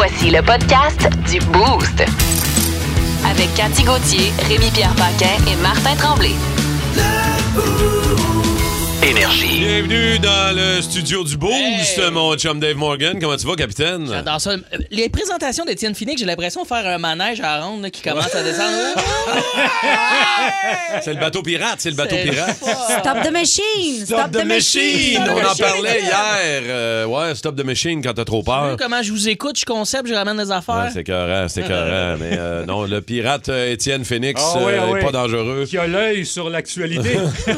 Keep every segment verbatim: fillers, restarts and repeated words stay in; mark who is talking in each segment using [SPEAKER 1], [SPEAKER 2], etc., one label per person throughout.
[SPEAKER 1] Voici le podcast du Boost. Avec Cathy Gauthier, Rémi-Pierre Paquin et Martin Tremblay.
[SPEAKER 2] Énergie.
[SPEAKER 3] Bienvenue dans le studio du Boost,
[SPEAKER 4] Hey.
[SPEAKER 3] mon chum Dave Morgan. Comment tu vas, capitaine?
[SPEAKER 4] J'adore ça. Les présentations d'Étienne Phoenix, j'ai l'impression de faire un manège à ronde là, qui commence à descendre.
[SPEAKER 3] C'est le bateau pirate, c'est le bateau
[SPEAKER 4] C'est
[SPEAKER 3] pirate.
[SPEAKER 5] Stop the machine!
[SPEAKER 3] Stop the machine!
[SPEAKER 4] Stop the
[SPEAKER 3] On en
[SPEAKER 4] machine.
[SPEAKER 3] parlait hier. Euh, ouais, stop the machine quand t'as trop
[SPEAKER 4] Vous savez
[SPEAKER 3] peur.
[SPEAKER 4] comment je vous écoute, je concept, je ramène des
[SPEAKER 3] Ouais,
[SPEAKER 4] affaires.
[SPEAKER 3] c'est écœurant, c'est écœurant. Mais euh, non, le pirate euh, Étienne Phoenix
[SPEAKER 6] Ah oui,
[SPEAKER 3] euh,
[SPEAKER 6] ah
[SPEAKER 3] est
[SPEAKER 6] oui.
[SPEAKER 3] pas dangereux.
[SPEAKER 6] Qui a l'œil sur l'actualité.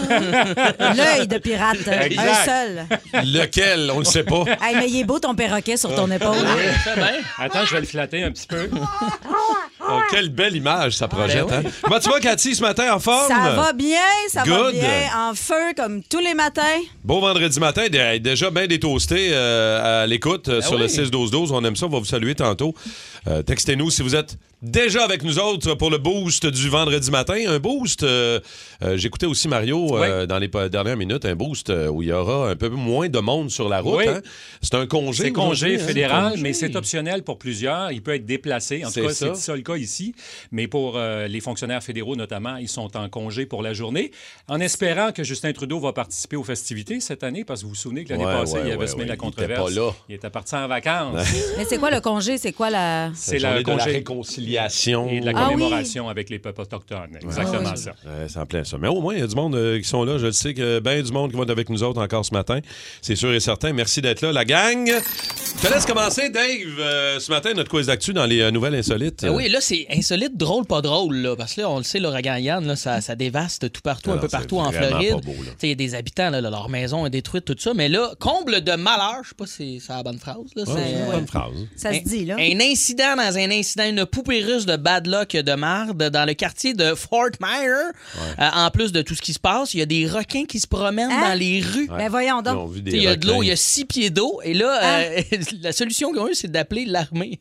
[SPEAKER 5] L'œil de pirate.
[SPEAKER 6] Exact.
[SPEAKER 5] Un seul.
[SPEAKER 3] Lequel? On le sait pas.
[SPEAKER 5] Hey, mais il est beau ton perroquet sur ton épaule.
[SPEAKER 4] Très bien.
[SPEAKER 6] Attends, je vais le flatter un petit peu.
[SPEAKER 3] Oh, quelle belle image ça projette.
[SPEAKER 4] Ben oui.
[SPEAKER 3] hein? Comment tu vas, Cathy, ce matin, en forme?
[SPEAKER 5] Ça va bien, ça va
[SPEAKER 3] Good.
[SPEAKER 5] bien. En feu, comme tous les matins.
[SPEAKER 3] Beau vendredi matin, dé- déjà bien détoasté euh, à l'écoute euh, sur le
[SPEAKER 4] oui.
[SPEAKER 3] six douze douze. On aime ça, on va vous saluer tantôt. Euh, textez-nous si vous êtes déjà avec nous autres pour le boost du vendredi matin. Un boost, euh, euh, j'écoutais aussi Mario euh, dans les pa- dernières minutes, un boost euh, où il y aura un peu moins de monde sur la route.
[SPEAKER 6] Oui.
[SPEAKER 3] hein. C'est un congé.
[SPEAKER 6] C'est congé
[SPEAKER 3] aujourd'hui, hein?
[SPEAKER 6] fédéral,
[SPEAKER 3] Congé.
[SPEAKER 6] mais c'est optionnel pour plusieurs. Il peut être déplacé. En
[SPEAKER 3] C'est
[SPEAKER 6] tout cas,
[SPEAKER 3] ça.
[SPEAKER 6] c'est ça le cas ici. Mais pour euh, les fonctionnaires fédéraux, notamment, ils sont en congé pour la journée, en espérant que Justin Trudeau va participer aux festivités cette année, parce que vous vous souvenez que l'année
[SPEAKER 3] Ouais,
[SPEAKER 6] passée,
[SPEAKER 3] ouais,
[SPEAKER 6] il avait
[SPEAKER 3] ouais,
[SPEAKER 6] semé
[SPEAKER 3] ouais.
[SPEAKER 6] la
[SPEAKER 3] Il était
[SPEAKER 6] controverse.
[SPEAKER 3] pas là.
[SPEAKER 6] Il était parti en vacances.
[SPEAKER 5] Mais c'est quoi le congé? C'est quoi la.
[SPEAKER 6] C'est
[SPEAKER 3] la
[SPEAKER 6] le
[SPEAKER 3] journée de la
[SPEAKER 6] congé
[SPEAKER 3] réconciliation.
[SPEAKER 6] et de la
[SPEAKER 5] Ah oui.
[SPEAKER 6] commémoration avec les peuples autochtones. Exactement
[SPEAKER 5] Ah oui.
[SPEAKER 6] ça.
[SPEAKER 3] Ouais, c'est en plein ça. Mais au moins, il y a du monde euh, qui sont là. Je le sais que bien du monde qui va être avec nous autres encore ce matin. C'est sûr et certain. Merci d'être là, la gang. Je te laisse commencer, Dave. Euh, ce matin, notre quiz d'actu dans les euh, nouvelles insolites.
[SPEAKER 4] Ben oui, là, c'est insolite, drôle, pas drôle, là. Parce que là, on le sait, l'ouragan Yann, là, ça, ça dévaste tout partout,
[SPEAKER 3] Ah
[SPEAKER 4] un
[SPEAKER 3] non,
[SPEAKER 4] peu
[SPEAKER 3] c'est
[SPEAKER 4] partout en
[SPEAKER 3] vraiment
[SPEAKER 4] Floride.
[SPEAKER 3] pas beau, là.
[SPEAKER 4] Tu sais, il y a des habitants, là, leur maison est détruite, tout ça. Mais là, comble de malheur, je sais pas si c'est la bonne phrase, là.
[SPEAKER 3] Ouais,
[SPEAKER 4] c'est,
[SPEAKER 3] c'est une
[SPEAKER 4] euh,
[SPEAKER 3] bonne phrase.
[SPEAKER 5] Ça se dit, là.
[SPEAKER 4] Un incident dans un incident, une poupée russe de bad luck de marde dans le quartier de Fort Myers. Euh, en plus de tout ce qui se passe, il y a des requins qui se promènent
[SPEAKER 5] Hein?
[SPEAKER 4] dans les rues.
[SPEAKER 5] Ben voyons
[SPEAKER 3] Ils ont
[SPEAKER 5] donc.
[SPEAKER 3] vu des
[SPEAKER 4] T'sais, il y a de l'eau,
[SPEAKER 3] requins.
[SPEAKER 4] il y a six pieds d'eau. Et là, euh, la solution qu'ils ont eue, c'est d'appeler l'armée.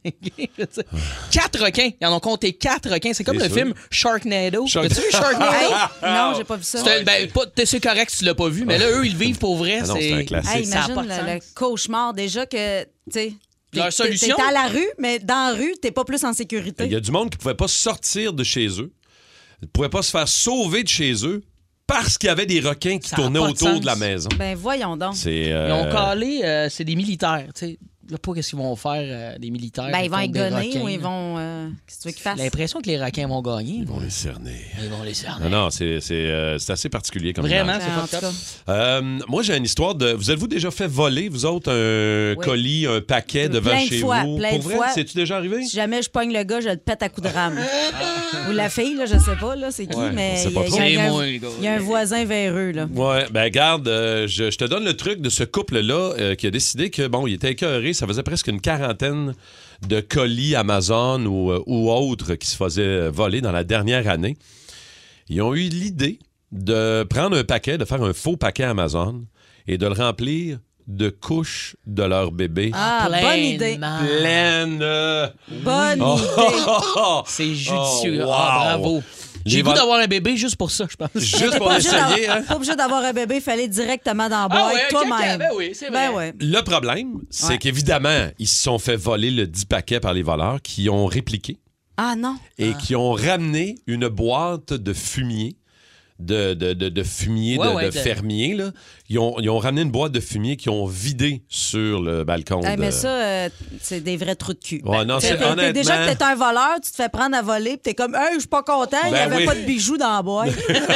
[SPEAKER 4] Quatre requins. Ils en ont compté quatre requins. C'est comme
[SPEAKER 3] C'est
[SPEAKER 4] le
[SPEAKER 3] sûr.
[SPEAKER 4] film Sharknado.
[SPEAKER 3] Shark-
[SPEAKER 4] As-tu vu Sharknado?
[SPEAKER 5] Hey, non, j'ai pas vu ça.
[SPEAKER 4] C'est un- ben, pas- t'es- c'est correct si tu l'as pas vu, mais là, eux, ils le vivent pour vrai.
[SPEAKER 3] Ah non, c'est un classique.
[SPEAKER 5] Hey,
[SPEAKER 4] Ça a
[SPEAKER 5] imagine
[SPEAKER 4] pas de
[SPEAKER 5] le, le
[SPEAKER 4] sens.
[SPEAKER 5] cauchemar déjà que, tu sais.
[SPEAKER 4] Leur
[SPEAKER 5] t'es-
[SPEAKER 4] solution?
[SPEAKER 5] T'es à la rue, mais dans la rue, t'es pas plus en sécurité.
[SPEAKER 3] Il y a du monde qui ne pouvait pas sortir de chez eux, ne pouvait pas se faire sauver de chez eux parce qu'il y avait des requins qui
[SPEAKER 4] Ça a
[SPEAKER 3] tournaient
[SPEAKER 4] pas de
[SPEAKER 3] autour
[SPEAKER 4] sens.
[SPEAKER 3] de la maison.
[SPEAKER 5] Ben voyons donc.
[SPEAKER 3] C'est, euh,
[SPEAKER 4] Ils ont calé, euh, c'est des militaires. Tu sais, je sais pas qu'est-ce qu'ils vont faire, euh, les militaires.
[SPEAKER 5] Ben ils vont
[SPEAKER 4] contre
[SPEAKER 5] être
[SPEAKER 4] des
[SPEAKER 5] gonnés
[SPEAKER 4] requins,
[SPEAKER 5] ou ils
[SPEAKER 4] là.
[SPEAKER 5] vont. euh, Qu'est-ce que tu veux qu'ils fassent?
[SPEAKER 4] L'impression que les requins vont gagner.
[SPEAKER 3] Ils vont les cerner.
[SPEAKER 4] Ils vont les cerner.
[SPEAKER 3] Non, non, c'est, c'est, euh, c'est assez particulier comme
[SPEAKER 4] Vraiment,
[SPEAKER 3] image.
[SPEAKER 4] c'est
[SPEAKER 5] Ben, en
[SPEAKER 4] fucked
[SPEAKER 5] tout
[SPEAKER 4] up.
[SPEAKER 5] cas.
[SPEAKER 3] Euh, moi, j'ai une histoire de... Vous êtes-vous déjà fait voler, vous autres, un
[SPEAKER 5] Oui.
[SPEAKER 3] colis, un paquet devant
[SPEAKER 5] Plein de
[SPEAKER 3] chez
[SPEAKER 5] fois,
[SPEAKER 3] vous?
[SPEAKER 5] plein
[SPEAKER 3] Pour
[SPEAKER 5] de
[SPEAKER 3] vrai?
[SPEAKER 5] fois.
[SPEAKER 3] C'est-tu déjà arrivé?
[SPEAKER 5] Si jamais je pogne le gars, je le pète à coups de rame. Ou la fille, là, je sais pas, là, c'est qui,
[SPEAKER 3] Ouais, on
[SPEAKER 5] mais
[SPEAKER 3] sait
[SPEAKER 5] il y,
[SPEAKER 3] pas
[SPEAKER 5] a-
[SPEAKER 3] trop.
[SPEAKER 5] il y a
[SPEAKER 4] C'est
[SPEAKER 5] un-
[SPEAKER 4] moi, les gars.
[SPEAKER 5] il y a un voisin véreux, là.
[SPEAKER 3] Ouais, ben garde, euh, je, je te donne le truc de ce couple-là euh, qui a décidé que, bon, il était écœuré, ça faisait presque une quarantaine de colis Amazon ou, euh, ou autres qui se faisaient voler dans la dernière année. Ils ont eu l'idée de prendre un paquet, de faire un faux paquet Amazon et de le remplir de couches de leur bébé.
[SPEAKER 5] Ah, bonne idée.
[SPEAKER 4] Pleinement.
[SPEAKER 3] Pleine. euh,
[SPEAKER 5] Bonne
[SPEAKER 3] oh,
[SPEAKER 5] idée.
[SPEAKER 3] oh, oh.
[SPEAKER 4] C'est judicieux.
[SPEAKER 3] Oh, wow.
[SPEAKER 4] Ah, bravo. J'ai
[SPEAKER 3] Les
[SPEAKER 4] le goût
[SPEAKER 3] vol-
[SPEAKER 4] d'avoir un bébé juste pour ça, je pense.
[SPEAKER 3] Juste pour
[SPEAKER 5] Pas obligé
[SPEAKER 3] essayer,
[SPEAKER 5] d'avoir-
[SPEAKER 3] hein?
[SPEAKER 5] Pas obligé d'avoir un bébé, il fallait directement dans la boîte,
[SPEAKER 4] Ah ouais,
[SPEAKER 5] toi-même.
[SPEAKER 4] caca, ben oui, c'est vrai.
[SPEAKER 5] Ben ouais.
[SPEAKER 3] Le problème, c'est
[SPEAKER 5] Ouais.
[SPEAKER 3] qu'évidemment, ils se sont fait voler le dix paquets par les voleurs qui ont répliqué
[SPEAKER 5] Ah non.
[SPEAKER 3] et qui ont ramené une boîte de fumier, de, de, de, de fumier
[SPEAKER 4] Ouais,
[SPEAKER 3] de,
[SPEAKER 4] ouais,
[SPEAKER 3] de
[SPEAKER 4] de-
[SPEAKER 3] fermier. Là. Ils, ont, ils ont ramené une boîte de fumier qu'ils ont vidé sur le balcon.
[SPEAKER 5] Hey,
[SPEAKER 3] de-
[SPEAKER 5] mais ça, euh, c'est des vrais trous de cul.
[SPEAKER 3] Ouais, non,
[SPEAKER 5] T'es-
[SPEAKER 3] c'est
[SPEAKER 5] t'es- t'es
[SPEAKER 3] honnêtement...
[SPEAKER 5] Déjà que t'es un voleur, tu te fais prendre à voler, puis t'es comme, hey, je suis pas content, il n'y
[SPEAKER 3] Ben
[SPEAKER 5] avait
[SPEAKER 3] oui.
[SPEAKER 5] pas de bijoux dans la boîte.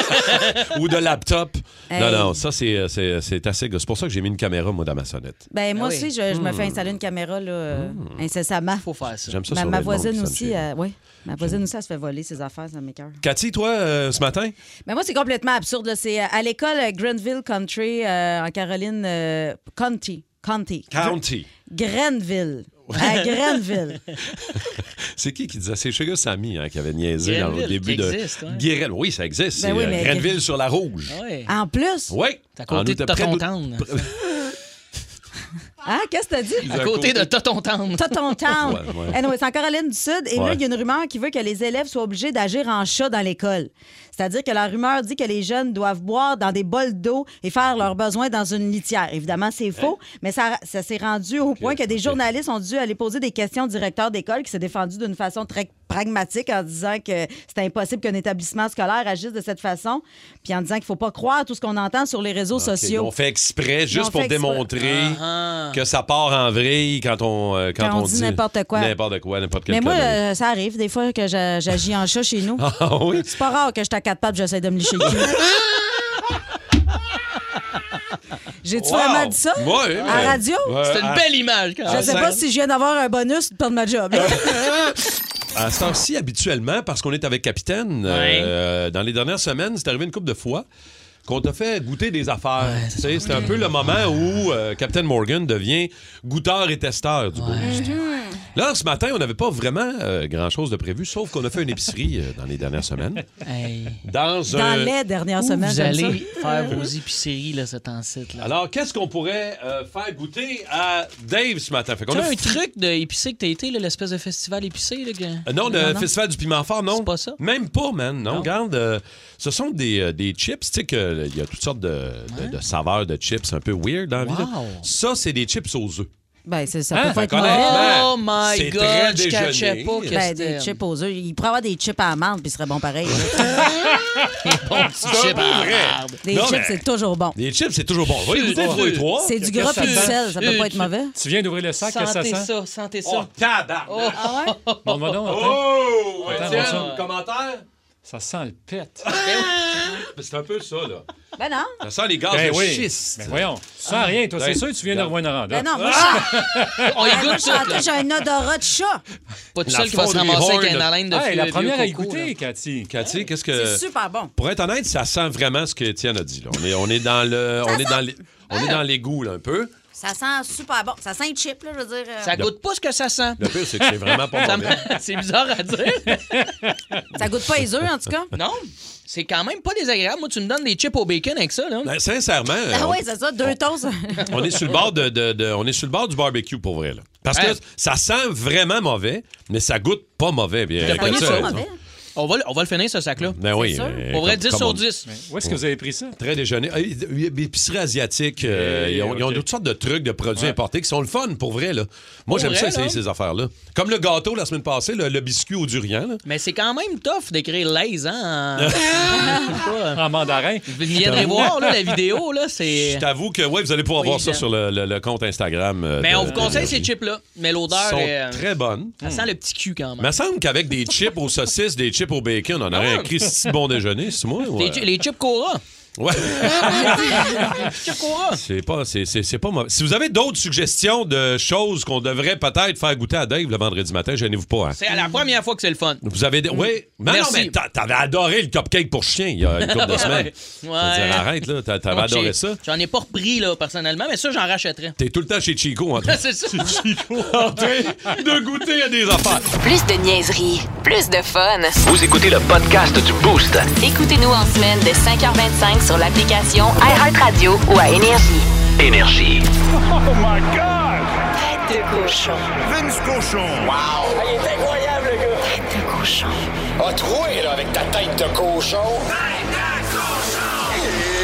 [SPEAKER 3] Ou de laptop.
[SPEAKER 5] Hey.
[SPEAKER 3] Non, non, ça, c'est, c'est, c'est assez... C'est pour ça que j'ai mis une caméra, moi, dans ma sonnette.
[SPEAKER 5] Ben, moi
[SPEAKER 4] Ah oui.
[SPEAKER 5] aussi, je, je me fais installer une caméra là, euh, incessamment.
[SPEAKER 4] Faut faire ça.
[SPEAKER 3] J'aime ça
[SPEAKER 5] Ma,
[SPEAKER 3] sur
[SPEAKER 5] ma
[SPEAKER 3] le monde,
[SPEAKER 5] voisine
[SPEAKER 3] ça me
[SPEAKER 5] aussi,
[SPEAKER 3] fait.
[SPEAKER 5] euh, oui. Ma voisine aussi, elle se fait voler ses affaires, ça m'écoeure.
[SPEAKER 3] Cathy, toi, euh, ce matin?
[SPEAKER 5] Mais moi, c'est complètement absurde. là. C'est euh, à l'école euh, Grenville Country euh, en Caroline euh, County. County.
[SPEAKER 3] County.
[SPEAKER 5] Grenville. À Grenville.
[SPEAKER 3] C'est qui qui disait? C'est Sugar Sammy hein, qui avait niaisé dans le
[SPEAKER 4] Grenville,
[SPEAKER 3] début
[SPEAKER 4] qui
[SPEAKER 3] de...
[SPEAKER 4] existe, ouais.
[SPEAKER 3] Guérel- Oui, ça existe.
[SPEAKER 5] Ben
[SPEAKER 3] c'est
[SPEAKER 5] oui,
[SPEAKER 3] euh,
[SPEAKER 5] mais-
[SPEAKER 3] Grenville sur la Rouge.
[SPEAKER 4] Ouais.
[SPEAKER 5] En plus,
[SPEAKER 3] Oui.
[SPEAKER 4] C'est à côté de ta
[SPEAKER 3] près
[SPEAKER 4] contente.
[SPEAKER 5] Hein? Qu'est-ce que t'as dit?
[SPEAKER 4] À côté de Toton Town.
[SPEAKER 5] Toton Town.
[SPEAKER 3] Ouais, ouais.
[SPEAKER 5] Anyway, c'est en Caroline du Sud. Et
[SPEAKER 3] Ouais.
[SPEAKER 5] là, il y a une rumeur qui veut que les élèves soient obligés d'agir en chat dans l'école. C'est-à-dire que la rumeur dit que les jeunes doivent boire dans des bols d'eau et faire leurs besoins dans une litière. Évidemment, c'est faux, mais ça, ça s'est rendu au point que des
[SPEAKER 3] ok.
[SPEAKER 5] journalistes ont dû aller poser des questions au directeur d'école qui s'est défendu d'une façon très pragmatique en disant que c'était impossible qu'un établissement scolaire agisse de cette façon, puis en disant qu'il ne faut pas croire tout ce qu'on entend sur les réseaux
[SPEAKER 3] OK,
[SPEAKER 5] sociaux.
[SPEAKER 3] on fait exprès
[SPEAKER 5] Ils
[SPEAKER 3] juste
[SPEAKER 5] ont
[SPEAKER 3] pour
[SPEAKER 5] fait exprès.
[SPEAKER 3] démontrer
[SPEAKER 4] Ah.
[SPEAKER 3] que ça part en vrille quand on, euh, quand
[SPEAKER 5] Quand on
[SPEAKER 3] on
[SPEAKER 5] dit n'importe quoi.
[SPEAKER 3] N'importe quoi, n'importe quel
[SPEAKER 5] Mais moi,
[SPEAKER 3] connerie.
[SPEAKER 5] euh, ça arrive des fois que j'a- j'agis en chat chez nous.
[SPEAKER 3] Ah oui?
[SPEAKER 5] C'est pas rare que je à quatre pattes, j'essaie de me licher le cul. J'ai-tu
[SPEAKER 3] Wow!
[SPEAKER 5] vraiment dit ça?
[SPEAKER 3] Ouais,
[SPEAKER 5] À
[SPEAKER 3] ouais.
[SPEAKER 5] radio?
[SPEAKER 3] Ouais,
[SPEAKER 4] C'est une
[SPEAKER 3] à-
[SPEAKER 4] belle image, quand
[SPEAKER 5] Je
[SPEAKER 4] même.
[SPEAKER 5] sais
[SPEAKER 3] ça-
[SPEAKER 5] pas si je viens d'avoir un bonus de perdre ma job. là.
[SPEAKER 3] À ce temps-ci, habituellement, parce qu'on est avec Capitaine, euh, dans les dernières semaines, c'est arrivé une couple de fois qu'on t'a fait goûter des affaires. Tu sais, c'est un peu le moment où euh, Captain Morgan devient goûteur et testeur du Boost. Là, ce matin, on n'avait pas vraiment euh, grand-chose de prévu, sauf qu'on a fait une épicerie euh, dans les dernières semaines.
[SPEAKER 4] Hey.
[SPEAKER 3] Dans
[SPEAKER 5] Dans
[SPEAKER 3] un...
[SPEAKER 5] les dernières
[SPEAKER 4] Où
[SPEAKER 5] semaines,
[SPEAKER 4] vous
[SPEAKER 5] j'aime
[SPEAKER 4] allez
[SPEAKER 5] ça.
[SPEAKER 4] faire vos épiceries, là, cet ancêtre là.
[SPEAKER 3] Alors, qu'est-ce qu'on pourrait euh, faire goûter à Dave ce matin? Fait qu'on
[SPEAKER 4] Tu
[SPEAKER 3] a
[SPEAKER 4] as un
[SPEAKER 3] fou-
[SPEAKER 4] truc de épicé que t'as été, là, l'espèce de festival épicé? Là, que...
[SPEAKER 3] Euh, non, le
[SPEAKER 5] Non, non.
[SPEAKER 3] festival du piment fort, non.
[SPEAKER 4] C'est pas ça?
[SPEAKER 3] Même pas, man. Non,
[SPEAKER 4] Non.
[SPEAKER 3] regarde, euh, ce sont des, euh, des chips. Tu sais qu'il y a toutes sortes de, de- de saveurs de chips un peu weird dans la vie. là.
[SPEAKER 4] Wow.
[SPEAKER 3] Ça, c'est des chips aux œufs.
[SPEAKER 5] Ben, c'est- ça
[SPEAKER 3] Hein?
[SPEAKER 5] peut pas être
[SPEAKER 3] Fait qu'on
[SPEAKER 5] mauvais.
[SPEAKER 3] a-
[SPEAKER 4] Oh my
[SPEAKER 3] c'est
[SPEAKER 4] God,
[SPEAKER 3] très
[SPEAKER 4] je
[SPEAKER 3] déjeuner.
[SPEAKER 4] catchais pas que
[SPEAKER 5] Ben,
[SPEAKER 4] c'était...
[SPEAKER 5] des chips aux œufs. Il pourrait avoir des chips à amande, puis ce serait bon pareil. là.
[SPEAKER 4] Bon petit
[SPEAKER 3] C'est
[SPEAKER 4] chip
[SPEAKER 3] un
[SPEAKER 4] à
[SPEAKER 3] peu
[SPEAKER 4] la
[SPEAKER 3] vrai.
[SPEAKER 4] merde.
[SPEAKER 5] Des
[SPEAKER 3] Non,
[SPEAKER 5] chips,
[SPEAKER 3] mais-
[SPEAKER 5] c'est toujours bon.
[SPEAKER 3] Les chips, c'est toujours bon. On va y goûter
[SPEAKER 4] Oh,
[SPEAKER 3] trois et trois.
[SPEAKER 5] C'est du
[SPEAKER 6] Qu'est-ce
[SPEAKER 5] gras
[SPEAKER 6] que
[SPEAKER 5] et du
[SPEAKER 6] ça sent?
[SPEAKER 5] sel. Ça peut pas être mauvais.
[SPEAKER 6] Tu viens d'ouvrir le sac, qu'est-ce que ça
[SPEAKER 4] Sentez
[SPEAKER 6] sent?
[SPEAKER 4] ça, sentez ça.
[SPEAKER 3] Oh, tabarnak!
[SPEAKER 5] Ah ouais?
[SPEAKER 6] Montre-moi donc, attends.
[SPEAKER 3] Oh!
[SPEAKER 6] Attends,
[SPEAKER 3] Étienne,
[SPEAKER 6] on sent.
[SPEAKER 3] commentaire?
[SPEAKER 6] Ça sent le pet.
[SPEAKER 3] C'est un peu ça, là.
[SPEAKER 5] Ben non.
[SPEAKER 3] Ça sent les gaz
[SPEAKER 6] Ben
[SPEAKER 3] de
[SPEAKER 6] oui.
[SPEAKER 3] schiste.
[SPEAKER 6] Ben voyons, tu sens rien, toi. C'est
[SPEAKER 3] Ben,
[SPEAKER 6] sûr que tu viens de
[SPEAKER 3] regarde.
[SPEAKER 6] Rouen-Noranda.
[SPEAKER 5] Ben non, moi, je
[SPEAKER 4] On y
[SPEAKER 5] Ah, moi,
[SPEAKER 4] goûte
[SPEAKER 5] je
[SPEAKER 4] tout, là.
[SPEAKER 5] sentais, j'ai un odorat de chat.
[SPEAKER 4] Pas tout
[SPEAKER 3] La
[SPEAKER 4] seul qui va se
[SPEAKER 3] fonderie
[SPEAKER 4] ramasser avec
[SPEAKER 3] Horn.
[SPEAKER 4] une haleine de
[SPEAKER 6] Hey,
[SPEAKER 4] vieux-
[SPEAKER 6] la
[SPEAKER 4] vieux
[SPEAKER 6] première à y
[SPEAKER 4] coco,
[SPEAKER 6] goûter,
[SPEAKER 4] là.
[SPEAKER 6] Cathy.
[SPEAKER 3] Cathy, qu'est-ce que...
[SPEAKER 5] C'est super bon.
[SPEAKER 3] Pour être honnête, ça sent vraiment ce que Étienne a dit. Là. On est, on est dans le, on est dans les, on est dans les goûts là, un peu.
[SPEAKER 5] Ça sent super bon. Ça sent chip, là, je veux dire. euh,
[SPEAKER 4] Ça goûte pas ce que ça sent.
[SPEAKER 3] Le pire, c'est que c'est vraiment pas
[SPEAKER 4] Ça
[SPEAKER 3] mauvais.
[SPEAKER 4] me- C'est bizarre à dire.
[SPEAKER 5] Ça goûte pas les œufs, en tout cas.
[SPEAKER 4] Non, c'est quand même pas désagréable. Moi, tu me donnes des chips au bacon avec ça, là.
[SPEAKER 3] Ben, sincèrement,
[SPEAKER 5] Ah
[SPEAKER 3] on,
[SPEAKER 5] oui, c'est ça, deux toasts.
[SPEAKER 3] on est sur le bord de, de- de- on est sur le bord du barbecue pour vrai là. Parce que
[SPEAKER 4] Ouais.
[SPEAKER 3] ça sent vraiment mauvais, mais ça goûte pas mauvais. Bien,
[SPEAKER 4] T'as pogné
[SPEAKER 3] Cathy a
[SPEAKER 4] ça,
[SPEAKER 3] raison.
[SPEAKER 5] mauvais.
[SPEAKER 4] On va, le- on va le finir, ce sac-là.
[SPEAKER 3] Ben oui.
[SPEAKER 5] sûr.
[SPEAKER 3] euh,
[SPEAKER 4] Pour vrai,
[SPEAKER 3] comme-
[SPEAKER 4] dix
[SPEAKER 3] comme
[SPEAKER 4] sur
[SPEAKER 3] on-
[SPEAKER 4] dix.
[SPEAKER 6] Où est-ce que vous avez pris ça?
[SPEAKER 3] Très déjeuner. Euh, Épicerie asiatique, euh,
[SPEAKER 6] Eh,
[SPEAKER 3] ils, ont, ils ont
[SPEAKER 6] ok.
[SPEAKER 3] toutes sortes de trucs, de produits
[SPEAKER 6] Ouais.
[SPEAKER 3] importés qui sont le fun, pour vrai. Là. Moi,
[SPEAKER 4] Pour
[SPEAKER 3] j'aime
[SPEAKER 4] vrai,
[SPEAKER 3] ça essayer
[SPEAKER 4] là.
[SPEAKER 3] ces affaires-là. Comme le gâteau la semaine passée, le, le biscuit au durian. Là.
[SPEAKER 4] Mais c'est quand même tough d'écrire Lays, hein? en- Je sais pas.
[SPEAKER 6] En mandarin.
[SPEAKER 4] Vous viendrez voir là, la vidéo, là, c'est...
[SPEAKER 3] Je t'avoue que ouais, vous allez pouvoir
[SPEAKER 4] Oui,
[SPEAKER 3] voir ça
[SPEAKER 4] j'aime.
[SPEAKER 3] sur le, le- le compte Instagram. euh,
[SPEAKER 4] Mais
[SPEAKER 3] de-
[SPEAKER 4] on vous conseille
[SPEAKER 3] d'Énergie.
[SPEAKER 4] ces chips-là. Mais l'odeur,
[SPEAKER 3] Ils sont
[SPEAKER 4] est, euh,
[SPEAKER 3] très bonnes.
[SPEAKER 4] ça sent le petit cul quand
[SPEAKER 3] Il
[SPEAKER 4] même.
[SPEAKER 3] me semble qu'avec des chips aux saucisses, des chips au bacon, on aurait un Christy bon déjeuner, c'est moi?
[SPEAKER 4] Les,
[SPEAKER 3] Ouais.
[SPEAKER 4] chi- les chips Cora.
[SPEAKER 3] Ouais.
[SPEAKER 4] Les chips Cora.
[SPEAKER 3] C'est pas, c'est, c'est, c'est pas mauvais. Si vous avez d'autres suggestions de choses qu'on devrait peut-être faire goûter à Dave le vendredi matin, gênez-vous pas. Hein.
[SPEAKER 4] C'est la première fois que c'est le fun.
[SPEAKER 3] Vous avez des... Oui. Mais non,
[SPEAKER 4] Merci.
[SPEAKER 3] mais t'a- t'avais adoré le cupcake pour chien il y a une couple de semaines.
[SPEAKER 4] Ouais.
[SPEAKER 3] Je veux dire, arrête, là. t'a- T'avais
[SPEAKER 4] Donc,
[SPEAKER 3] adoré
[SPEAKER 4] j'ai-
[SPEAKER 3] ça.
[SPEAKER 4] J'en ai pas repris, là, personnellement, mais ça, j'en rachèterais.
[SPEAKER 3] T'es tout le temps chez Chico en train,
[SPEAKER 4] C'est ça.
[SPEAKER 3] en train de goûter à des affaires.
[SPEAKER 1] Plus de niaiserie, plus de fun.
[SPEAKER 2] Vous écoutez le podcast du Boost.
[SPEAKER 1] Écoutez-nous en semaine de cinq heures vingt-cinq sur l'application iHeartRadio ou à Énergie.
[SPEAKER 2] Énergie.
[SPEAKER 1] Tête de cochon.
[SPEAKER 7] Vince Cochon. Wow!
[SPEAKER 8] Il est incroyable, le gars!
[SPEAKER 1] Tête de cochon.
[SPEAKER 8] A troué, là, avec ta tête de cochon. Tête de cochon!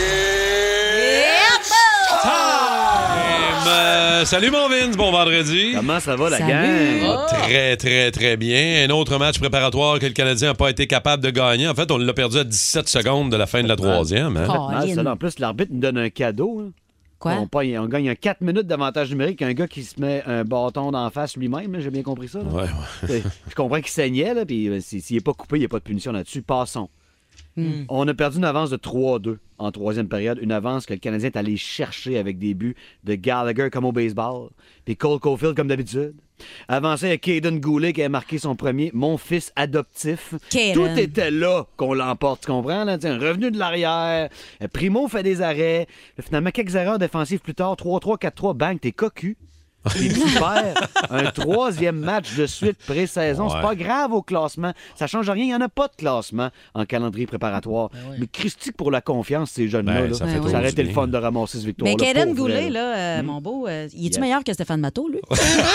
[SPEAKER 3] Euh, salut mon Vince, bon vendredi.
[SPEAKER 9] Comment ça va, la
[SPEAKER 5] Salut.
[SPEAKER 9] gang?
[SPEAKER 4] Ah.
[SPEAKER 3] Très, très, très bien. Un autre match préparatoire que le Canadien n'a pas été capable de gagner. En fait, on l'a perdu à dix-sept secondes de la fin de la troisième. Hein?
[SPEAKER 5] Oh.
[SPEAKER 9] Mal, ça,
[SPEAKER 5] Colin.
[SPEAKER 9] en plus, l'arbitre nous donne un cadeau. hein.
[SPEAKER 5] Quoi?
[SPEAKER 9] On, paye- on gagne un quatre minutes d'avantage numérique. Un gars qui se met un bâton d'en face lui-même, là, j'ai bien compris ça. là.
[SPEAKER 3] Ouais, ouais.
[SPEAKER 9] Je comprends qu'il saignait, là, puis euh, s'il s'il est pas coupé, il n'y a pas de punition là-dessus. Passons. On a perdu une avance de trois deux en troisième période. Une avance que le Canadien est allé chercher avec des buts de Gallagher comme au baseball, puis Cole Caulfield comme d'habitude. Avant ça, il y a Caden Goulet qui a marqué son premier, mon fils adoptif.
[SPEAKER 5] Caden.
[SPEAKER 9] Tout était là qu'on l'emporte, tu comprends? Là? T'sais, un revenu de l'arrière. Euh, Primo fait des arrêts. Là, finalement, quelques erreurs défensives plus tard, trois trois, quatre trois, bang, t'es cocu. Et tu perds un troisième match de suite pré-saison.
[SPEAKER 3] Ouais.
[SPEAKER 9] C'est pas grave au classement. Ça change rien. Il n'y en a pas de classement en calendrier préparatoire.
[SPEAKER 4] Ben ouais.
[SPEAKER 9] Mais Christy pour la confiance, ces jeunes-là.
[SPEAKER 3] Ben,
[SPEAKER 9] là.
[SPEAKER 3] ça
[SPEAKER 9] ça
[SPEAKER 3] fait
[SPEAKER 5] Ben oui.
[SPEAKER 9] aurait été le
[SPEAKER 3] bien.
[SPEAKER 9] fun de ramasser ce victoire-là.
[SPEAKER 5] Mais Caden
[SPEAKER 9] pour vrai,
[SPEAKER 5] Goulet,
[SPEAKER 9] là.
[SPEAKER 5] là, euh, mon beau, euh, il est-tu
[SPEAKER 9] Yes.
[SPEAKER 5] meilleur que Stéphane Matteau, lui?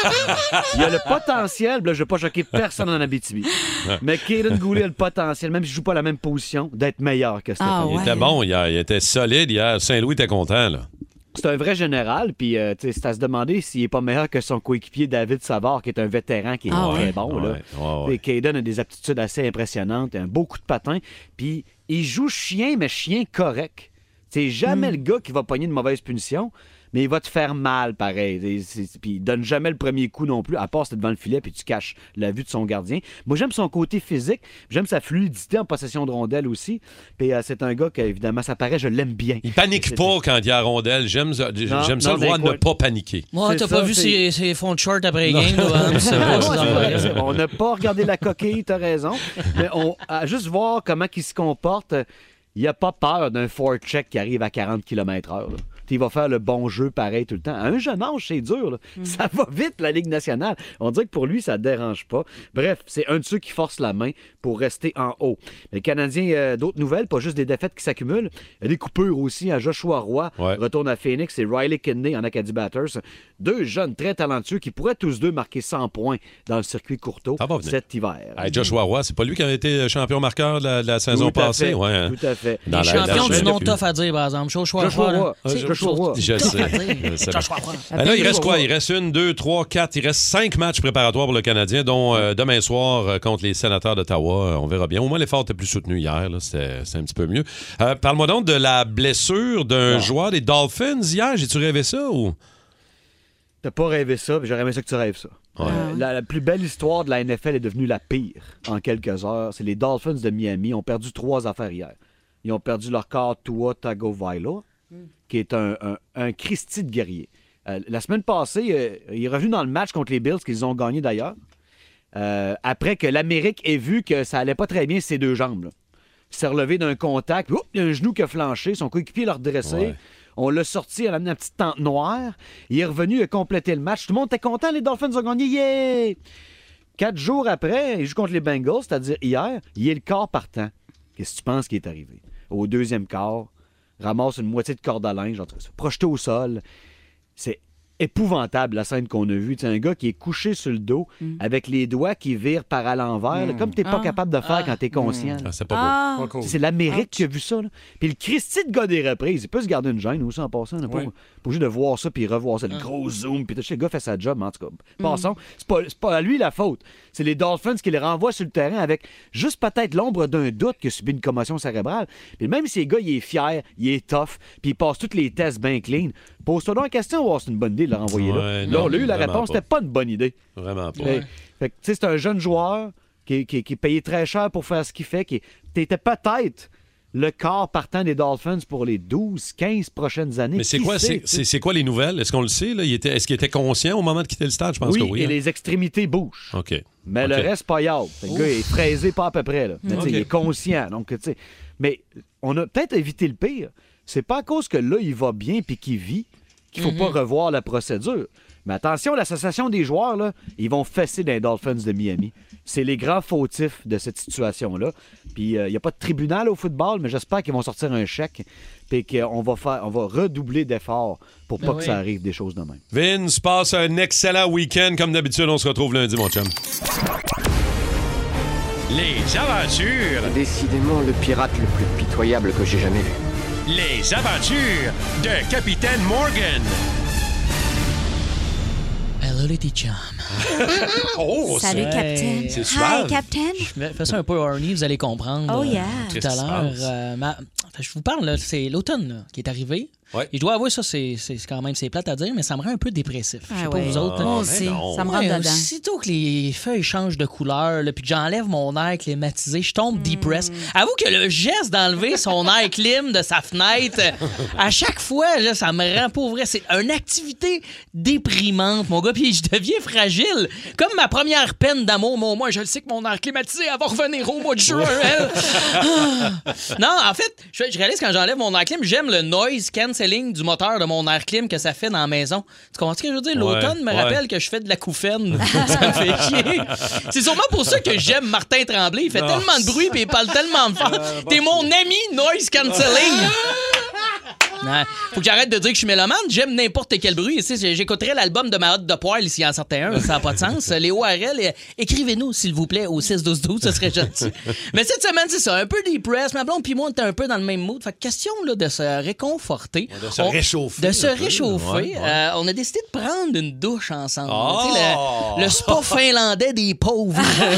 [SPEAKER 9] Il a le potentiel, là, je ne veux pas choquer personne en Abitibi, mais Caden Goulet a le potentiel, même s'il ne joue pas à la même position, d'être meilleur que Stéphane.
[SPEAKER 5] Ah
[SPEAKER 3] Il
[SPEAKER 5] ouais.
[SPEAKER 3] était bon hier, il était solide hier. Saint-Louis était content, là.
[SPEAKER 9] C'est un vrai général, puis euh, tu sais, c'est à se demander s'il n'est pas meilleur que son coéquipier David Savard, qui est un vétéran qui est
[SPEAKER 5] Ah
[SPEAKER 9] très
[SPEAKER 5] ouais.
[SPEAKER 9] bon. Là.
[SPEAKER 3] Ouais, ouais, ouais.
[SPEAKER 9] Et Caden a des aptitudes assez impressionnantes, un beau coup de patin, puis il joue chien, mais chien correct. C'est jamais le gars qui va pogner une mauvaise punition, mais il va te faire mal pareil. Et c'est- Puis il donne jamais le premier coup non plus, à part si t'es devant le filet puis tu caches la vue de son gardien. Moi, j'aime son côté physique, j'aime sa fluidité en possession de rondelle aussi. Puis euh, c'est un gars qui, évidemment, ça paraît, je l'aime bien.
[SPEAKER 3] Il panique
[SPEAKER 9] C'est-
[SPEAKER 3] pas quand il y a la rondelle. J'aime ça, j'aime ça
[SPEAKER 9] non,
[SPEAKER 3] le voir
[SPEAKER 9] d'un
[SPEAKER 3] ne
[SPEAKER 9] coin.
[SPEAKER 3] pas paniquer.
[SPEAKER 4] Moi,
[SPEAKER 9] C'est
[SPEAKER 4] t'as
[SPEAKER 9] ça,
[SPEAKER 4] pas vu
[SPEAKER 9] c'est-
[SPEAKER 4] ses, ses fonds de short après les games, là, hein? C'est
[SPEAKER 9] Ah,
[SPEAKER 4] pas
[SPEAKER 9] ouais,
[SPEAKER 4] ces
[SPEAKER 9] c'est
[SPEAKER 4] affaires-là.
[SPEAKER 9] vrai, c'est- on n'a pas regardé la coquille, t'as raison. Mais on, à juste voir comment il se comporte, il n'a pas peur d'un forecheck qui arrive à quarante kilomètres heure. là. Il va faire le bon jeu pareil tout le temps. À un jeune âge, c'est dur. là. Ça va vite, la Ligue nationale. On dirait que pour lui, ça ne dérange pas. Bref, c'est un de ceux qui force la main pour rester en haut. Les Canadiens, euh, d'autres nouvelles, pas juste des défaites qui s'accumulent. Il y a des coupures aussi à Joshua Roy.
[SPEAKER 3] Ouais.
[SPEAKER 9] Retourne à Phoenix et Riley Kidney en Acadie Batters. Deux jeunes très talentueux qui pourraient tous deux marquer cent points dans le circuit Courteau
[SPEAKER 3] Ça va venir.
[SPEAKER 9] cet hiver.
[SPEAKER 3] Hey, Joshua Roy, c'est pas lui qui avait été champion marqueur de la, de la saison
[SPEAKER 9] Tout à
[SPEAKER 3] passée?
[SPEAKER 9] fait,
[SPEAKER 3] Ouais, hein.
[SPEAKER 9] Tout à fait.
[SPEAKER 3] Dans
[SPEAKER 4] Les
[SPEAKER 3] la-
[SPEAKER 4] champions
[SPEAKER 3] la-
[SPEAKER 4] du nom
[SPEAKER 3] la-
[SPEAKER 4] tough à dire, par exemple. Joshua
[SPEAKER 9] Joshua
[SPEAKER 4] Roy, là.
[SPEAKER 9] Roy.
[SPEAKER 4] C'est
[SPEAKER 9] Joshua Roy.
[SPEAKER 3] Je
[SPEAKER 4] tough
[SPEAKER 3] sais.
[SPEAKER 4] à dire.
[SPEAKER 3] Je sais.
[SPEAKER 4] Joshua Roy.
[SPEAKER 3] Alors, il reste quoi? Il reste une, deux, trois, quatre. Il reste cinq matchs préparatoires pour le Canadien, dont euh, demain soir euh, contre les Sénateurs d'Ottawa. Euh, on verra bien. Au moins, l'effort était plus soutenu hier. là. C'était c'était un petit peu mieux. Euh, Parle-moi donc de la blessure d'un joueur des Dolphins hier. J'ai-tu rêvé ça ou?
[SPEAKER 9] T'as pas rêvé ça, puis j'aurais aimé ça que tu rêves ça.
[SPEAKER 3] Ouais.
[SPEAKER 9] Euh, la, la plus belle histoire de la N F L est devenue la pire en quelques heures. C'est les Dolphins de Miami ont perdu trois affaires hier. Ils ont perdu leur quart Tua Tagovailoa, qui est un, un, un Christy de guerrier. Euh, la semaine passée, euh, il est revenu dans le match contre les Bills, qu'ils ont gagné d'ailleurs, euh, après que l'Amérique ait vu que ça allait pas très bien ses deux jambes. Là. Il s'est relevé d'un contact, puis, oups, il y a un genou qui a flanché, son coéquipier l'a redressé.
[SPEAKER 3] Ouais.
[SPEAKER 9] On l'a sorti, elle a amené une petite tente noire. Il est revenu, il a complété le match. Tout le monde était content, les Dolphins ont gagné. Yeah! Quatre jours après, il joue contre les Bengals, c'est-à-dire hier, il est le quart partant. Qu'est-ce que tu penses qui est arrivé? Au deuxième quart, ramasse une moitié de corde à linge, entre ça, projeté au sol. C'est épouvantable, la scène qu'on a vue. C'est un gars qui est couché sur le dos avec les doigts qui virent par à l'envers, là, comme t'es pas
[SPEAKER 5] Ah.
[SPEAKER 9] capable de faire quand t'es conscient.
[SPEAKER 3] Ah, c'est pas beau.
[SPEAKER 5] Ah,
[SPEAKER 6] Pas cool.
[SPEAKER 9] C'est l'Amérique qui a vu ça. Là. Puis le Christy de gars des reprises, il peut se garder une gêne aussi en passant. On n'est pas,
[SPEAKER 6] Oui.
[SPEAKER 9] pas obligé de voir ça puis revoir ça. Le gros zoom. Puis tu sais, le gars fait sa job, mais en tout cas. Passons. C'est pas, c'est pas à lui la faute. C'est les Dolphins qui les renvoient sur le terrain avec juste peut-être l'ombre d'un doute qu'il a subi une commotion cérébrale. Puis même si le gars, il est fier, il est tough, puis il passe tous les tests bien clean, pose-toi donc la question, voir si c'est une bonne idée de le renvoyer
[SPEAKER 3] Ouais,
[SPEAKER 9] là.
[SPEAKER 3] non,
[SPEAKER 9] Là, on a eu la
[SPEAKER 3] vraiment
[SPEAKER 9] réponse,
[SPEAKER 3] pas.
[SPEAKER 9] c'était pas une bonne idée.
[SPEAKER 3] Vraiment pas.
[SPEAKER 9] Fait- fait que, tu sais, c'est un jeune joueur qui, est- qui est- qui est payé très cher pour faire ce qu'il fait, qui était peut-être le quart partant des Dolphins pour les douze, quinze prochaines années.
[SPEAKER 3] Mais c'est
[SPEAKER 9] Qui
[SPEAKER 3] quoi,
[SPEAKER 9] sait,
[SPEAKER 3] c'est,
[SPEAKER 9] tu sais?
[SPEAKER 3] c'est- c'est quoi les nouvelles? Est-ce qu'on le sait? Là? Il était, est-ce qu'il était conscient au moment de quitter le stade? Je pense
[SPEAKER 9] Oui,
[SPEAKER 3] que oui.
[SPEAKER 9] et
[SPEAKER 3] hein.
[SPEAKER 9] les extrémités bougent.
[SPEAKER 3] OK.
[SPEAKER 9] Mais
[SPEAKER 3] OK.
[SPEAKER 9] le reste, pas yard. Le gars est fraisé pas à peu près. Là. Mais, tu sais,
[SPEAKER 3] OK.
[SPEAKER 9] Il est conscient. Donc, tu sais, mais on a peut-être évité le pire. C'est pas à cause que là, il va bien puis qu'il vit qu'il faut pas revoir la procédure. Mais attention, l'association des joueurs, là, ils vont fesser dans les Dolphins de Miami. C'est les grands fautifs de cette situation-là. Puis il n'y a pas de tribunal au football, mais j'espère qu'ils vont sortir un chèque et qu'on va faire, on va redoubler d'efforts pour pas
[SPEAKER 4] Ben
[SPEAKER 9] que
[SPEAKER 4] oui.
[SPEAKER 9] ça arrive des choses de même.
[SPEAKER 3] Vince, passe un excellent week-end. Comme d'habitude, on se retrouve lundi, mon chum.
[SPEAKER 2] Les aventures,
[SPEAKER 10] Décidément le pirate le plus pitoyable que j'ai jamais vu.
[SPEAKER 2] les aventures de Capitaine Morgan.
[SPEAKER 4] Hello, les petits chums.
[SPEAKER 3] Oh,
[SPEAKER 5] salut,
[SPEAKER 4] c'est-
[SPEAKER 5] Captain.
[SPEAKER 3] c'est
[SPEAKER 5] Hi,
[SPEAKER 3] suave.
[SPEAKER 5] Captain.
[SPEAKER 4] Je vais- Fais ça un peu horny, vous allez comprendre.
[SPEAKER 5] Oh,
[SPEAKER 4] euh,
[SPEAKER 5] yeah.
[SPEAKER 4] Tout
[SPEAKER 3] Qu'est-ce
[SPEAKER 4] à
[SPEAKER 3] qui se
[SPEAKER 4] l'heure.
[SPEAKER 3] passe?
[SPEAKER 4] euh, ma- enfin, je vous parle, là, c'est l'automne là, qui est arrivé.
[SPEAKER 3] Ouais.
[SPEAKER 4] Et je dois avouer, ça, c'est c'est quand même c'est plate à dire, mais ça me rend un peu dépressif. Je sais
[SPEAKER 5] Ah
[SPEAKER 4] pas
[SPEAKER 5] ouais.
[SPEAKER 4] vous autres.
[SPEAKER 5] Moi
[SPEAKER 3] mais
[SPEAKER 5] aussi,
[SPEAKER 3] non.
[SPEAKER 5] ça me
[SPEAKER 4] Ouais,
[SPEAKER 5] rentre dedans.
[SPEAKER 4] Aussitôt que les feuilles changent de couleur, là, puis que j'enlève mon air climatisé, je tombe depressed. Avoue que le geste d'enlever son air clim de sa fenêtre, à chaque fois, là, ça me rend pauvre. C'est une activité déprimante, mon gars, puis je deviens fragile. Comme ma première peine d'amour, moi, au moins, je le sais que mon air climatisé, elle va revenir au mois de juin, elle. Ah. Non, en fait, je, je réalise quand j'enlève mon air clim, j'aime le noise cancelling du moteur de mon air clim que ça fait dans la maison. Tu comprends ce que je veux dire? L'automne
[SPEAKER 3] Ouais,
[SPEAKER 4] me
[SPEAKER 3] ouais.
[SPEAKER 4] rappelle que je fais de la couffaine. Ça me fait chier. C'est sûrement pour ça que j'aime Martin Tremblay. Il fait
[SPEAKER 3] Non.
[SPEAKER 4] tellement de bruit et il parle tellement fort. T'es mon ami noise cancelling. Ouais. Faut que j'arrête de dire que je suis mélomane. J'aime n'importe quel bruit. Tu sais, j'écouterais l'album de ma hotte de poêle s'il y en sortait un. Ça n'a pas de sens. Les O R L, écrivez-nous, s'il vous plaît, au six douze douze. Ça serait gentil. Mais cette semaine, c'est ça. Un peu depressed. Ma blonde puis moi, on était un peu dans le même mood. Fait que question là, de se réconforter.
[SPEAKER 3] Ouais, de se
[SPEAKER 4] On-
[SPEAKER 3] réchauffer
[SPEAKER 4] De se
[SPEAKER 3] un peu.
[SPEAKER 4] réchauffer.
[SPEAKER 3] Ouais, ouais.
[SPEAKER 4] Euh, on a décidé de prendre une douche ensemble.
[SPEAKER 3] Oh!
[SPEAKER 4] Tu sais, le, le spa finlandais des pauvres.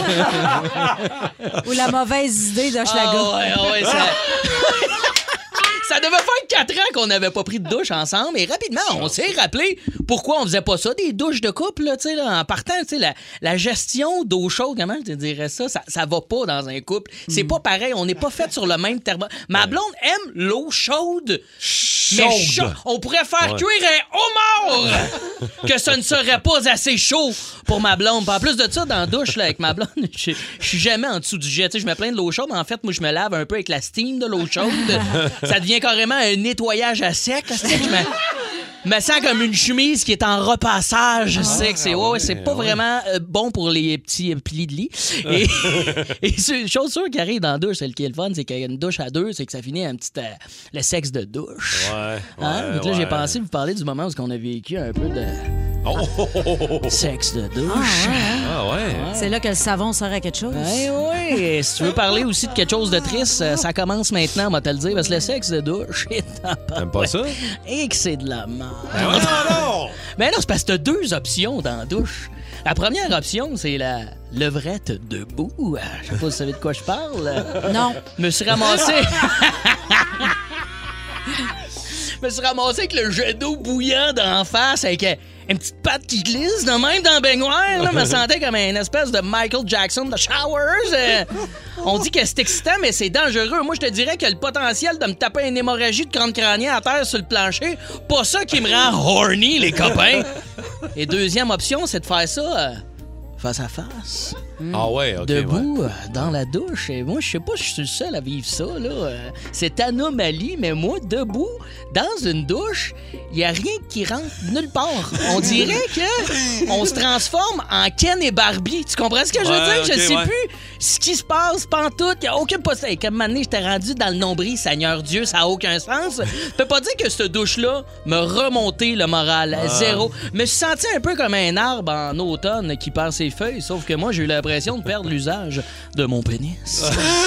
[SPEAKER 5] Ou la mauvaise idée d'Hochelaga.
[SPEAKER 4] Ah ouais, ah ouais, ça... Ça devait faire quatre ans qu'on n'avait pas pris de douche ensemble et rapidement, on s'est rappelé pourquoi on faisait pas ça, des douches de couple, là, tu sais, là, en partant, tu sais, la, la gestion d'eau chaude, comment je te dirais ça, ça, ça va pas dans un couple. C'est pas pareil, on n'est pas fait sur le même thermo. Ma blonde aime l'eau chaude, mais
[SPEAKER 3] Chaude.
[SPEAKER 4] chaud. On pourrait faire
[SPEAKER 3] Ouais.
[SPEAKER 4] cuire un homard que ça ne serait pas assez chaud pour ma blonde. Puis en plus de ça, dans la douche, là, avec ma blonde, je je suis jamais en dessous du jet. Tu sais, je me plains de l'eau chaude, mais en fait, moi, je me lave un peu avec la steam de l'eau chaude. Ça devient carrément un nettoyage à sec. Tu sais, je me, me sens comme une chemise qui est en repassage. Je sais que c'est ouais, ouais, c'est pas vraiment euh, bon pour les petits euh, plis de lit. Et, et c'est une chose sûre qui arrive dans la douche, celle qui est le fun, c'est qu'il y a une douche à deux, c'est que ça finit un petit euh, le sexe de douche.
[SPEAKER 3] Ouais,
[SPEAKER 4] Hein?
[SPEAKER 3] ouais,
[SPEAKER 4] Donc là, j'ai
[SPEAKER 3] ouais.
[SPEAKER 4] pensé vous parler du moment où on a vécu un peu de
[SPEAKER 3] Oh, oh, oh, oh, oh.
[SPEAKER 4] sexe de douche.
[SPEAKER 3] Ah ouais.
[SPEAKER 5] C'est là que le savon sert à quelque chose.
[SPEAKER 4] Oui, oui. Si tu veux parler aussi de quelque chose de triste, euh, ça commence maintenant, on va te le dire, parce que le sexe de douche est en
[SPEAKER 3] T'aimes pas ça?
[SPEAKER 4] et que c'est de la merde.
[SPEAKER 3] Ah non, non!
[SPEAKER 4] Mais non, c'est parce que t'as deux options dans la douche. La première option, c'est la levrette debout. Je sais pas si vous savez de quoi je parle.
[SPEAKER 5] Non.
[SPEAKER 4] Me suis ramassé. me suis ramassé avec le jet d'eau bouillant d'en face avec euh, une petite patte qui glisse de même dans le baignoire. Là, me sentais comme une espèce de Michael Jackson de Showers. Euh, on dit que c'est excitant, mais c'est dangereux. Moi, je te dirais que le potentiel de me taper une hémorragie de crâne crânien à terre sur le plancher, pas ça qui me rend horny, les copains. Et deuxième option, c'est de faire ça euh, face à face.
[SPEAKER 3] Ah ouais, OK.
[SPEAKER 4] Debout
[SPEAKER 3] ouais.
[SPEAKER 4] euh, dans la douche. Et moi, je sais pas si je suis le seul à vivre ça. Là. Euh, c'est anomalie, mais moi, debout, dans une douche, il n'y a rien qui rentre nulle part. On dirait que on se transforme en Ken et Barbie. Tu comprends ce que je veux
[SPEAKER 3] Ouais,
[SPEAKER 4] dire? Je
[SPEAKER 3] ok,
[SPEAKER 4] sais
[SPEAKER 3] ouais.
[SPEAKER 4] plus ce qui se passe, pantoute. Il n'y a aucune possibilité. Comme un moment donné, j'étais rendu dans le nombril, Seigneur Dieu, ça n'a aucun sens. Je peux pas dire que cette douche-là me remontait le moral. Zéro. Je me suis senti un peu comme un arbre en automne qui perd ses feuilles, sauf que moi, j'ai eu l'impression de perdre l'usage de mon pénis.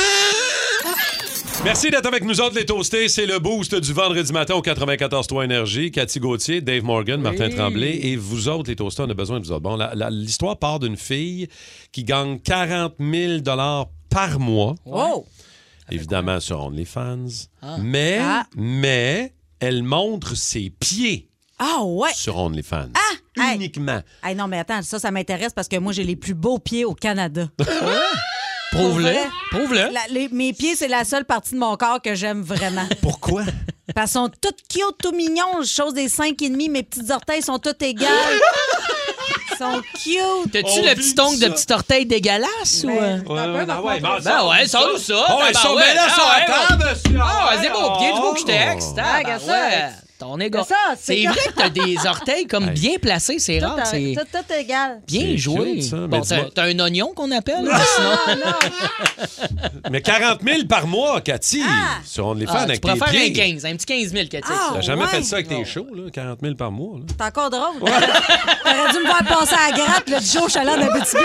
[SPEAKER 3] Merci d'être avec nous autres, les toastés. C'est le boost du vendredi matin au quatre-vingt-quatorze trois Énergie. Cathy Gauthier, Dave Morgan, Martin Tremblay. Et vous autres, les toastés, on a besoin de vous autres. Bon, la- la- l'histoire part d'une fille qui gagne quarante mille dollars par mois.
[SPEAKER 5] Oh!
[SPEAKER 3] Évidemment, sur OnlyFans. Mais,
[SPEAKER 5] Ah.
[SPEAKER 3] mais, elle montre ses pieds
[SPEAKER 5] Ah ouais!
[SPEAKER 3] sur OnlyFans.
[SPEAKER 5] Ah! Hey.
[SPEAKER 3] Uniquement.
[SPEAKER 5] Hey, non, mais attends, ça, ça m'intéresse parce que moi, j'ai les plus beaux pieds au Canada.
[SPEAKER 4] Prouve-le.
[SPEAKER 5] vrai?
[SPEAKER 4] Prouve-le.
[SPEAKER 5] La- les- mes pieds, c'est la seule partie de mon corps que j'aime vraiment.
[SPEAKER 3] Pourquoi?
[SPEAKER 5] Parce qu'ils sont toutes cute, tout mignons. Chose des cinq et demi, mes petites orteils sont toutes égales. Ils sont cute.
[SPEAKER 4] T'as-tu
[SPEAKER 3] On
[SPEAKER 4] le
[SPEAKER 3] vit
[SPEAKER 4] petit
[SPEAKER 3] de
[SPEAKER 4] ongle de
[SPEAKER 3] ça.
[SPEAKER 4] petit orteil dégueulasse ou... euh?
[SPEAKER 5] Ben, un peu,
[SPEAKER 3] Ouais,
[SPEAKER 5] par
[SPEAKER 3] ouais,
[SPEAKER 5] contre.
[SPEAKER 3] ben,
[SPEAKER 4] Ben ouais, sors-nous ça.
[SPEAKER 3] Oh, ils sont bien là sur la table, monsieur.
[SPEAKER 4] Ah, ouais, c'est beau pied du beau que je texte.
[SPEAKER 5] Ah,
[SPEAKER 4] Ah,
[SPEAKER 5] regarde
[SPEAKER 4] ben
[SPEAKER 5] ça.
[SPEAKER 4] ouais. Ton égo.
[SPEAKER 5] C'est ça, c'est
[SPEAKER 4] C'est
[SPEAKER 5] comme-
[SPEAKER 4] vrai que t'as des orteils comme bien placés, c'est
[SPEAKER 5] Tout,
[SPEAKER 4] rare.
[SPEAKER 5] euh,
[SPEAKER 4] C'est
[SPEAKER 5] tout, tout égal.
[SPEAKER 4] bien
[SPEAKER 3] C'est
[SPEAKER 4] joué.
[SPEAKER 3] cute, ça. Mais
[SPEAKER 4] Bon, t'as
[SPEAKER 3] dis-moi-
[SPEAKER 4] t'as un oignon qu'on appelle? Sinon...
[SPEAKER 5] Ah, non.
[SPEAKER 3] Mais quarante mille par mois, Cathy, sur OnlyFans
[SPEAKER 4] Ah, tu
[SPEAKER 3] avec
[SPEAKER 4] pourrais
[SPEAKER 3] tes
[SPEAKER 4] faire
[SPEAKER 3] pieds.
[SPEAKER 4] un quinze, un petit quinze mille, Cathy.
[SPEAKER 5] Ah,
[SPEAKER 3] T'as jamais
[SPEAKER 5] ouais.
[SPEAKER 3] fait ça avec tes shows, là, quarante mille par mois. Là.
[SPEAKER 5] C'est encore drôle. T'aurais dû me voir passer à la gratte le jour au chalet d'Abitibi.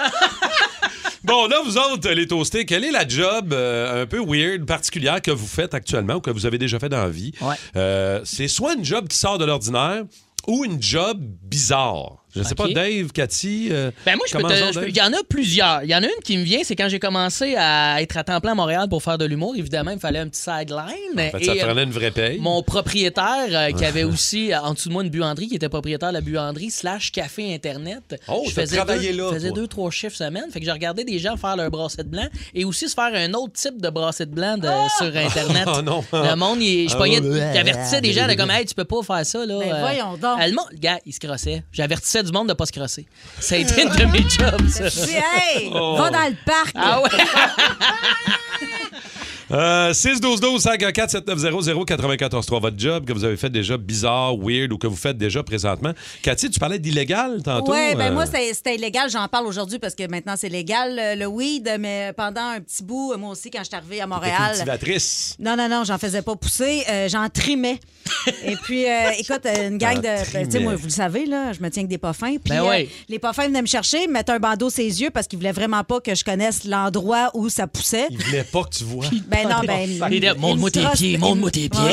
[SPEAKER 3] Bon, là, vous autres, les toastés, quelle est la job euh, un peu weird, particulière que vous faites actuellement ou que vous avez déjà fait dans la vie?
[SPEAKER 4] Ouais.
[SPEAKER 3] Euh, c'est soit une job qui sort de l'ordinaire ou une job bizarre. Je sais
[SPEAKER 4] Ok.
[SPEAKER 3] pas, Dave, Cathy. euh,
[SPEAKER 4] Ben moi, je peux
[SPEAKER 3] commençons,
[SPEAKER 4] te- je peux-
[SPEAKER 3] Dave.
[SPEAKER 4] il y en a plusieurs. Il y en a une qui me vient, c'est quand j'ai commencé à être à temps plein à Montréal pour faire de l'humour. Évidemment, il me fallait un petit sideline.
[SPEAKER 3] En fait, ça
[SPEAKER 4] Et,
[SPEAKER 3] te
[SPEAKER 4] euh,
[SPEAKER 3] prenait une vraie paye.
[SPEAKER 4] Mon propriétaire, euh, qui avait aussi euh, en dessous de moi une buanderie, qui était propriétaire de la buanderie slash café Internet.
[SPEAKER 3] Oh,
[SPEAKER 4] je
[SPEAKER 3] t'as
[SPEAKER 4] faisais
[SPEAKER 3] travaillé
[SPEAKER 4] deux,
[SPEAKER 3] là,
[SPEAKER 4] Je faisais
[SPEAKER 3] toi.
[SPEAKER 4] deux, trois chiffres semaine. Fait que je regardais des gens faire leur brassette blanc et aussi se faire un autre type de brassette blanc de- sur Internet.
[SPEAKER 3] Oh non.
[SPEAKER 4] Le monde, il, je
[SPEAKER 3] Ah,
[SPEAKER 4] pognais,
[SPEAKER 3] ouais.
[SPEAKER 4] j'avertissais des gens de comme, hey, tu peux pas faire ça, là.
[SPEAKER 5] Ben,
[SPEAKER 4] Euh,
[SPEAKER 5] voyons donc.
[SPEAKER 4] euh, le monde, le gars, il se crossait. J'avertissais du monde de pas se crosser. Ça a été une de mes jobs, ça.
[SPEAKER 5] Je dis, hey,
[SPEAKER 3] Oh.
[SPEAKER 5] va dans le parc.
[SPEAKER 4] Ah ouais?
[SPEAKER 3] Euh, six douze douze cinq un quatre sept neuf zéro zéro neuf quatre trois, votre job que vous avez fait déjà bizarre, weird ou que vous faites déjà présentement. Cathy, tu parlais d'illégal tantôt?
[SPEAKER 5] Oui, ben
[SPEAKER 3] euh...
[SPEAKER 5] moi, c'était, c'était illégal. J'en parle aujourd'hui parce que maintenant, c'est légal, le, le weed. Mais pendant un petit bout, moi aussi, quand je suis arrivée à Montréal...
[SPEAKER 3] Cultivatrice.
[SPEAKER 5] Non, non, non, j'en faisais pas pousser. Euh, j'en trimais. Et puis, euh, écoute, une gang de... Ben, tu sais, moi, vous le savez, là, je me tiens avec des pas fins. Puis
[SPEAKER 4] Ben oui.
[SPEAKER 5] euh, les pas fins venaient me chercher, me mettre un bandeau sur les yeux parce qu'ils voulaient vraiment pas que je connaisse l'endroit où ça poussait.
[SPEAKER 3] Ils voulaient pas que tu vois.
[SPEAKER 5] Ben non, ben...
[SPEAKER 4] Il dit, montre-moi tes pieds, montre-moi tes pieds.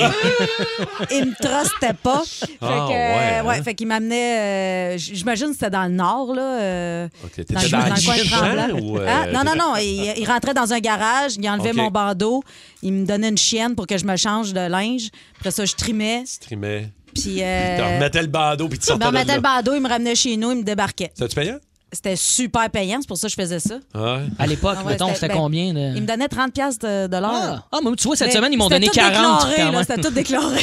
[SPEAKER 5] Il me trustait pas. Fait que,
[SPEAKER 3] Ah, ouais,
[SPEAKER 5] euh,
[SPEAKER 3] hein?
[SPEAKER 5] ouais, fait qu'il m'amenait... euh, j'imagine que c'était dans le nord, là. euh,
[SPEAKER 3] OK, t'étais
[SPEAKER 5] dans, le-
[SPEAKER 3] dans
[SPEAKER 5] dans
[SPEAKER 3] le
[SPEAKER 5] le coin de
[SPEAKER 3] champ,
[SPEAKER 5] Tremblant.
[SPEAKER 3] ou, euh,
[SPEAKER 5] Hein? Non, non,
[SPEAKER 3] t'étais-
[SPEAKER 5] non. Il, il rentrait dans un garage, il enlevait
[SPEAKER 3] OK.
[SPEAKER 5] mon bandeau, il me donnait une chienne pour que je me change de linge. Après ça, je trimais.
[SPEAKER 3] Tu trimais.
[SPEAKER 5] Puis...
[SPEAKER 3] Tu
[SPEAKER 5] Euh,
[SPEAKER 3] remettais le bandeau puis tu
[SPEAKER 5] il
[SPEAKER 3] sortais
[SPEAKER 5] me
[SPEAKER 3] de
[SPEAKER 5] remettait
[SPEAKER 3] là.
[SPEAKER 5] le bandeau, il me ramenait chez nous, il me débarquait.
[SPEAKER 3] Ça tu payant?
[SPEAKER 5] C'était super payant, c'est pour ça que je faisais ça.
[SPEAKER 3] Ouais.
[SPEAKER 4] À l'époque,
[SPEAKER 5] Ah ouais,
[SPEAKER 4] mettons,
[SPEAKER 5] c'était-
[SPEAKER 4] c'était
[SPEAKER 5] ben,
[SPEAKER 4] combien? De...
[SPEAKER 5] Il me donnait trente piastres de, de l'heure.
[SPEAKER 4] Ah, ah, mais tu vois, cette
[SPEAKER 5] Mais
[SPEAKER 4] semaine, ils m'ont
[SPEAKER 5] c'était
[SPEAKER 4] donné
[SPEAKER 5] tout
[SPEAKER 4] quarante.
[SPEAKER 5] déclaré,
[SPEAKER 4] quand
[SPEAKER 5] là,
[SPEAKER 4] même.
[SPEAKER 5] C'était tout déclaré.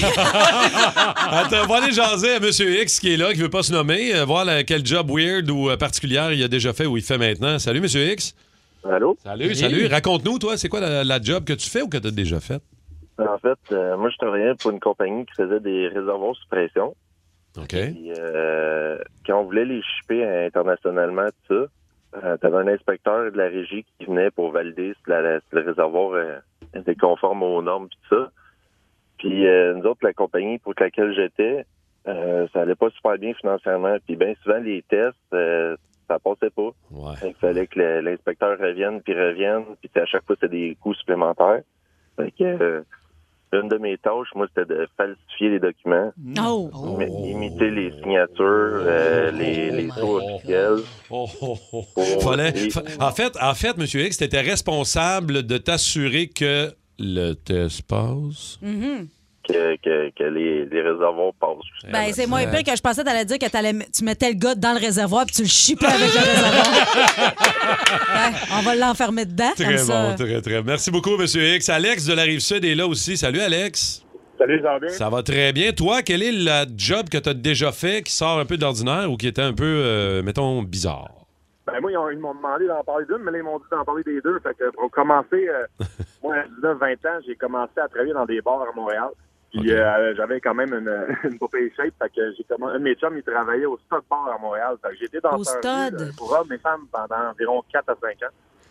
[SPEAKER 3] Attends, on va aller jaser à M. X qui est là, qui veut pas se nommer, euh, voir la- quel job weird ou euh, particulier il a déjà fait ou il fait maintenant. Salut, M. X.
[SPEAKER 11] Allô?
[SPEAKER 3] Salut,
[SPEAKER 4] Salut.
[SPEAKER 3] salut. Raconte-nous, toi, c'est quoi la, la job que tu fais ou que tu as déjà fait?
[SPEAKER 11] En fait, euh, moi, je travaillais pour une compagnie qui faisait des réservoirs sous pression.
[SPEAKER 3] OK.
[SPEAKER 11] Puis, euh, quand on voulait les shipper internationalement, tout ça, euh, t'avais un inspecteur de la régie qui venait pour valider si, la- la- si le réservoir euh, était conforme aux normes, puis tout ça. Puis, euh, nous autres, la compagnie pour laquelle j'étais, euh, ça allait pas super bien financièrement. Puis, bien souvent, les tests, euh, ça passait pas.
[SPEAKER 3] Ouais.
[SPEAKER 11] Il fallait que le- l'inspecteur revienne, puis revienne. Puis, à chaque fois, c'était des coûts supplémentaires. Fait que... euh, une de mes tâches, moi, c'était de falsifier les documents,
[SPEAKER 5] Oh!
[SPEAKER 11] mais imiter les signatures, euh, les, les taux officiels.
[SPEAKER 3] Oh, oh, oh.
[SPEAKER 11] Oh,
[SPEAKER 3] Fallait-
[SPEAKER 11] et-
[SPEAKER 3] fa- en fait, en fait, M. X, tu étais responsable de t'assurer que le test passe.
[SPEAKER 5] Mhm.
[SPEAKER 11] Que, que, que les, les réservoirs passent.
[SPEAKER 5] Ben, c'est moins pire que je pensais que t'allais dire que t'allais, tu mettais le gars dans le réservoir puis tu le chippais avec le réservoir. Ouais, on va l'enfermer dedans.
[SPEAKER 3] Très
[SPEAKER 5] comme
[SPEAKER 3] bon,
[SPEAKER 5] ça.
[SPEAKER 3] très, très. Merci beaucoup, M. X. Alex de la Rive-Sud est là aussi. Salut, Alex.
[SPEAKER 12] Salut, ça va bien?
[SPEAKER 3] Ça va très bien. Toi, quel est le job que tu as déjà fait qui sort un peu de l'ordinaire ou qui était un peu, euh, mettons, bizarre?
[SPEAKER 12] Ben moi, ils, ont- ils m'ont demandé d'en parler d'une, mais là, ils m'ont dit d'en parler des deux. Fait que pour commencer, euh, moi, à dix-neuf vingt ans, j'ai commencé à travailler dans des bars à Montréal. Puis euh, j'avais quand même une, une poupée shape. Fait que j'ai commencé. Un de mes chums, il travaillait au Stod Bar à Montréal. Fait que j'ai été dans
[SPEAKER 5] Au Stod?
[SPEAKER 12] pour hommes et femmes pendant environ quatre à cinq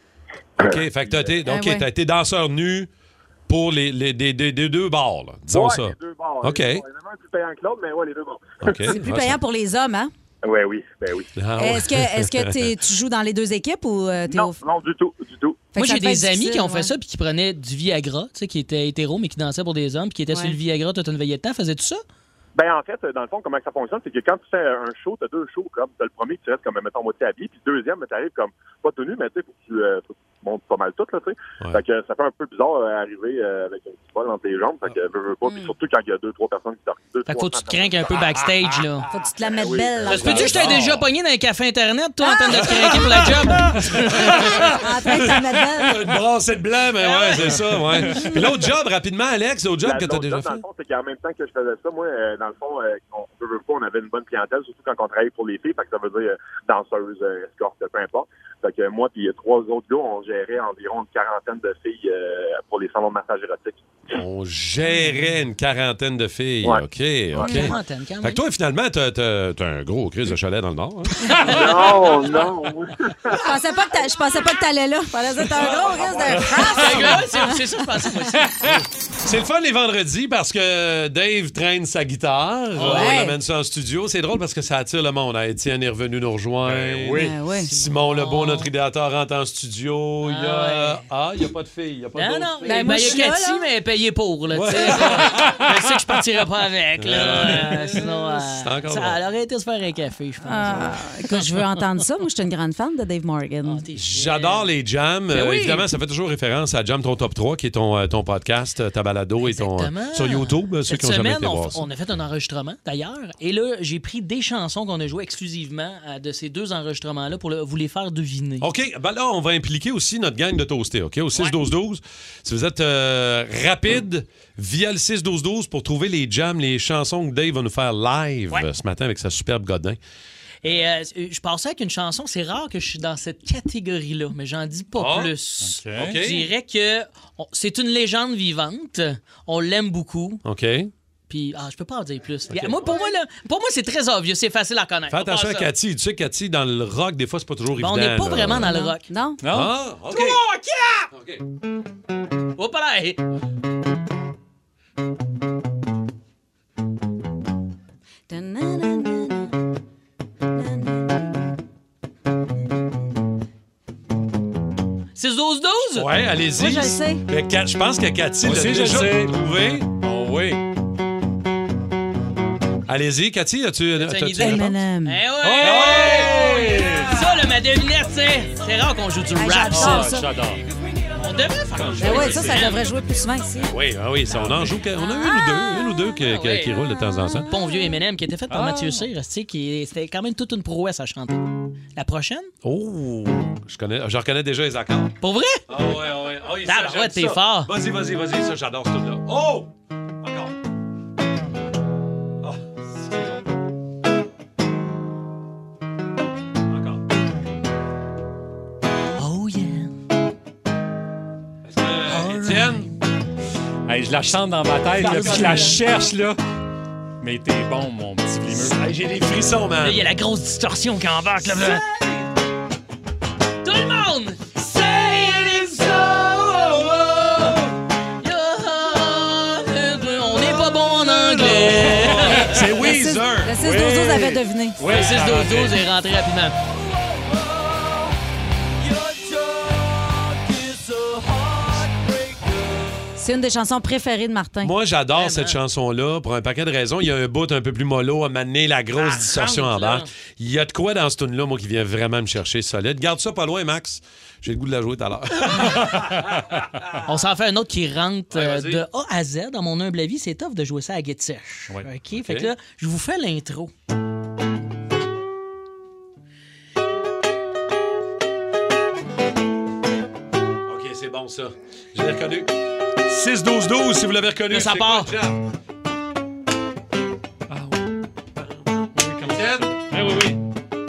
[SPEAKER 12] ans.
[SPEAKER 3] OK, fait que t'as été,
[SPEAKER 5] Ah
[SPEAKER 3] OK,
[SPEAKER 5] ouais.
[SPEAKER 3] t'as été danseur nu pour les, les des, des- des deux bars, là. Disons
[SPEAKER 12] ouais,
[SPEAKER 3] ça.
[SPEAKER 12] les deux bars.
[SPEAKER 3] OK.
[SPEAKER 12] Il y en avait un plus payant que l'autre, mais ouais, les deux bars.
[SPEAKER 3] OK.
[SPEAKER 5] C'est plus
[SPEAKER 3] Ouais,
[SPEAKER 5] payant
[SPEAKER 3] ça-
[SPEAKER 5] pour les hommes, hein?
[SPEAKER 12] Ouais, oui, ben oui.
[SPEAKER 3] Ah, ouais.
[SPEAKER 5] Est-ce que, est-ce que t'es- tu joues dans les deux équipes ou euh, t'es
[SPEAKER 12] Non,
[SPEAKER 5] au...
[SPEAKER 12] non, du tout, du tout.
[SPEAKER 5] Fait
[SPEAKER 4] Moi,
[SPEAKER 5] que ça
[SPEAKER 4] j'ai
[SPEAKER 5] devait
[SPEAKER 4] des
[SPEAKER 5] être
[SPEAKER 4] amis qui ont
[SPEAKER 5] difficile,
[SPEAKER 4] fait
[SPEAKER 5] ouais.
[SPEAKER 4] ça puis qui prenaient du Viagra, tu sais, qui étaient hétéros, mais qui dansaient pour des hommes, puis qui étaient sur
[SPEAKER 5] Ouais.
[SPEAKER 4] le Viagra toute une veillée de temps. Faisais-tu ça?
[SPEAKER 12] Ben, en fait, dans le fond, comment ça fonctionne, c'est que quand tu fais un show, t'as deux shows, comme, t'as le premier, tu restes comme, mettons, moitié habillé, puis le deuxième, ben, t'arrives comme, pas tenu, mais tu sais, faut que tu, euh, faut que tu montes pas mal tout, là, tu sais.
[SPEAKER 3] Ouais.
[SPEAKER 12] Fait que ça fait un peu bizarre, euh, arriver, euh, avec un petit bol entre les jambes, fait que, veux, veux pas, puis surtout quand il y a deux, trois personnes qui sortent. deux,
[SPEAKER 4] Fait que faut
[SPEAKER 12] trois
[SPEAKER 4] que tu te
[SPEAKER 12] cents
[SPEAKER 4] craques un peu backstage, là.
[SPEAKER 5] Faut que tu te la mettes
[SPEAKER 12] oui.
[SPEAKER 5] belle. là.
[SPEAKER 4] Ça se peut-tu que je t'ai
[SPEAKER 3] Ah.
[SPEAKER 4] déjà pogné dans un café Internet, toi, en train de te craquer pour la job?
[SPEAKER 5] En train de te la mettre belle.
[SPEAKER 3] Une brassée de blanc, mais ouais, c'est ça, ouais. Puis l'autre job, rapidement, Alex, l'autre job
[SPEAKER 12] La-
[SPEAKER 3] que t'as
[SPEAKER 12] l'autre
[SPEAKER 3] déjà
[SPEAKER 12] job, Dans
[SPEAKER 3] fait?
[SPEAKER 12] le fond, c'est qu'en même temps que je faisais ça, moi, euh, dans le fond, euh, on, veut, veut pas, on avait une bonne clientèle, surtout quand on travaillait pour les filles, fait que ça veut dire euh, danseuse, euh, escorte, peu importe. Fait que moi puis trois autres gars, on gérait environ une quarantaine de filles euh, pour les salons de massage érotique.
[SPEAKER 3] On gérait une quarantaine de filles.
[SPEAKER 12] Ouais.
[SPEAKER 3] OK, OK.
[SPEAKER 4] Quarantaine, quand
[SPEAKER 3] Fait
[SPEAKER 4] même.
[SPEAKER 3] que toi, finalement, t'as, t'as- t'as un gros crise de chalet dans le Nord. Hein?
[SPEAKER 12] non, non.
[SPEAKER 5] Je pensais pas que t'a- je pensais pas que t'allais là. Je pensais que t'as un gros risque de
[SPEAKER 4] Fait que, ouais, c'est- C'est ça, je pensais moi aussi.
[SPEAKER 3] C'est le fun les vendredis parce que Dave traîne sa guitare.
[SPEAKER 5] Ouais.
[SPEAKER 3] On amène ça en studio. C'est drôle parce que ça attire le monde. Hein. Étienne est revenu nous rejoindre.
[SPEAKER 12] oui.
[SPEAKER 5] Ben ouais.
[SPEAKER 3] Simon Lebeau, notre idéateur, rentre en studio. Il y a... Ah, il n'y a pas de fille. Il y a pas
[SPEAKER 4] Non,
[SPEAKER 3] d'autres
[SPEAKER 4] non,
[SPEAKER 3] filles.
[SPEAKER 4] ben,
[SPEAKER 5] moi,
[SPEAKER 4] il
[SPEAKER 5] je
[SPEAKER 4] y a
[SPEAKER 5] suis là,
[SPEAKER 4] Cathy,
[SPEAKER 5] là.
[SPEAKER 4] mais elle est payée pour, là,
[SPEAKER 3] Ouais.
[SPEAKER 4] tu sais. Je sais que je partirais pas avec, là. Euh, Sinon, euh,
[SPEAKER 3] C'est encore
[SPEAKER 4] ça,
[SPEAKER 3] drôle.
[SPEAKER 4] elle aurait été se faire un café, je pense.
[SPEAKER 5] Ah, écoute, je veux entendre ça. Moi, je suis une grande fan de Dave Morgan.
[SPEAKER 4] Ah, t'es
[SPEAKER 3] J'adore les jams.
[SPEAKER 4] Ben
[SPEAKER 3] Euh,
[SPEAKER 4] oui.
[SPEAKER 3] Évidemment, ça fait toujours référence à Jam Ton Top trois, qui est ton, euh, ton podcast, euh, ta balado et ton, euh,
[SPEAKER 4] Exactement.
[SPEAKER 3] sur YouTube, euh, ceux
[SPEAKER 4] Cette
[SPEAKER 3] qui ont jamais
[SPEAKER 4] semaine,
[SPEAKER 3] été
[SPEAKER 4] on,
[SPEAKER 3] voir ça.
[SPEAKER 4] on a fait un enregistrement, d'ailleurs. Et là, j'ai pris des chansons qu'on a jouées exclusivement euh, de ces deux enregistrements-là pour le- vous les faire deviner.
[SPEAKER 3] OK, ben là, on va impliquer aussi notre gang de toastés, OK? Au six douze douze. Si vous êtes euh, rapide, via le six douze douze pour trouver les jams, les chansons que Dave va nous faire live
[SPEAKER 4] Ouais.
[SPEAKER 3] euh, ce matin avec sa superbe Godin.
[SPEAKER 4] Et euh, je passais avec une chanson, c'est rare que je suis dans cette catégorie-là, mais j'en dis pas
[SPEAKER 3] Ah.
[SPEAKER 4] plus.
[SPEAKER 3] OK.
[SPEAKER 4] Je dirais que on- c'est une légende vivante. On l'aime beaucoup.
[SPEAKER 3] OK.
[SPEAKER 4] Puis, ah, je peux pas en dire plus. Moi, pour moi, là, pour moi, c'est très obvieux, c'est facile à connaître.
[SPEAKER 3] Fais
[SPEAKER 4] On passe
[SPEAKER 3] attention à
[SPEAKER 4] ça.
[SPEAKER 3] Cathy. Tu sais, Cathy, dans le rock, des fois, c'est pas toujours
[SPEAKER 4] Ben,
[SPEAKER 3] évident.
[SPEAKER 4] on n'est pas
[SPEAKER 3] là.
[SPEAKER 4] vraiment dans le rock.
[SPEAKER 5] Non.
[SPEAKER 6] Non?
[SPEAKER 3] Ah, OK.
[SPEAKER 4] Trois, quatre!
[SPEAKER 3] OK.
[SPEAKER 4] Hop là! six douze douze?
[SPEAKER 3] Ouais, allez-y.
[SPEAKER 5] Moi, je le sais.
[SPEAKER 3] Mais Kat- Je pense que Cathy
[SPEAKER 6] Moi
[SPEAKER 3] l'a
[SPEAKER 6] aussi, je
[SPEAKER 3] déjà
[SPEAKER 6] le sais.
[SPEAKER 3] trouvé.
[SPEAKER 6] Oh oui.
[SPEAKER 3] Allez-y, Cathy, as-tu
[SPEAKER 4] T'as
[SPEAKER 3] as-tu
[SPEAKER 4] une idée?
[SPEAKER 3] une réponse?
[SPEAKER 5] Eminem.
[SPEAKER 4] Eh
[SPEAKER 6] Oh
[SPEAKER 4] ouais!
[SPEAKER 6] oui!
[SPEAKER 4] Ça, là, ma devinette, c'est... C'est rare qu'on joue du
[SPEAKER 5] Ah,
[SPEAKER 4] rap,
[SPEAKER 5] j'adore
[SPEAKER 4] ça.
[SPEAKER 6] Ah,
[SPEAKER 5] ça.
[SPEAKER 6] j'adore.
[SPEAKER 4] On devrait faire
[SPEAKER 5] Ben oui, ça, ça devrait jouer plus souvent ici.
[SPEAKER 3] Oui, ah oui, ça, on en joue. que- On a une ou deux, une ou deux qui, qui,
[SPEAKER 4] oui.
[SPEAKER 3] qui roulent de temps en temps.
[SPEAKER 4] Bon vieux Eminem qui était fait par
[SPEAKER 6] Ah.
[SPEAKER 4] Mathieu Cyr, tu sais, qui c'était quand même toute une prouesse à chanter. La prochaine?
[SPEAKER 3] Oh, je connais, je reconnais déjà les accords.
[SPEAKER 4] Pour vrai?
[SPEAKER 3] Ah ouais, ouais. Oh,
[SPEAKER 4] Ah, ben ouais, t'es fort.
[SPEAKER 3] Vas-y, vas-y, vas-y, ça, j'adore ce truc-là. Oh! Encore. Oh, c'est bon. Encore.
[SPEAKER 4] Oh yeah.
[SPEAKER 3] Est-ce que, Étienne?
[SPEAKER 6] Hey, je la chante dans ma tête, là, puis je la cherche, là. Mais t'es bon, mon petit vlimeux.
[SPEAKER 3] Hey, j'ai des frissons, man.
[SPEAKER 4] Là, il y a la grosse distorsion qui embarque, là. là. Tout le monde! Say it is so. On n'est pas bon en anglais.
[SPEAKER 3] C'est
[SPEAKER 5] Le six-
[SPEAKER 3] Weezer.
[SPEAKER 5] Le six douze douze avait deviné.
[SPEAKER 6] Oui,
[SPEAKER 4] Le six douze douze est rentré rapidement.
[SPEAKER 5] C'est une des chansons préférées de Martin.
[SPEAKER 3] Moi, j'adore
[SPEAKER 4] Vraiment.
[SPEAKER 3] cette chanson-là pour un paquet de raisons. Il y a un bout un peu plus mollo à m'amener la grosse
[SPEAKER 4] Ah,
[SPEAKER 3] distorsion en
[SPEAKER 4] chante,
[SPEAKER 3] bas.
[SPEAKER 4] là.
[SPEAKER 3] Il y a de quoi dans ce tune-là, moi, qui vient vraiment me chercher solide. Garde ça pas loin, Max. J'ai le goût de la jouer tout à l'heure.
[SPEAKER 4] On s'en fait un autre qui rentre
[SPEAKER 3] Ouais,
[SPEAKER 4] euh,
[SPEAKER 3] vas-y.
[SPEAKER 4] de A à Z. Dans mon humble avis, c'est tough de jouer ça à guide sèche.
[SPEAKER 6] Ouais.
[SPEAKER 4] OK? Fait que là, je vous fais l'intro.
[SPEAKER 3] OK, c'est bon, ça. Je l'ai reconnu. six douze douze, si vous l'avez reconnu.
[SPEAKER 4] Là, ça
[SPEAKER 3] C'est
[SPEAKER 4] part.
[SPEAKER 3] quoi, Jean?
[SPEAKER 6] Ah oui.
[SPEAKER 3] Étienne?
[SPEAKER 6] Oui, oui, oui.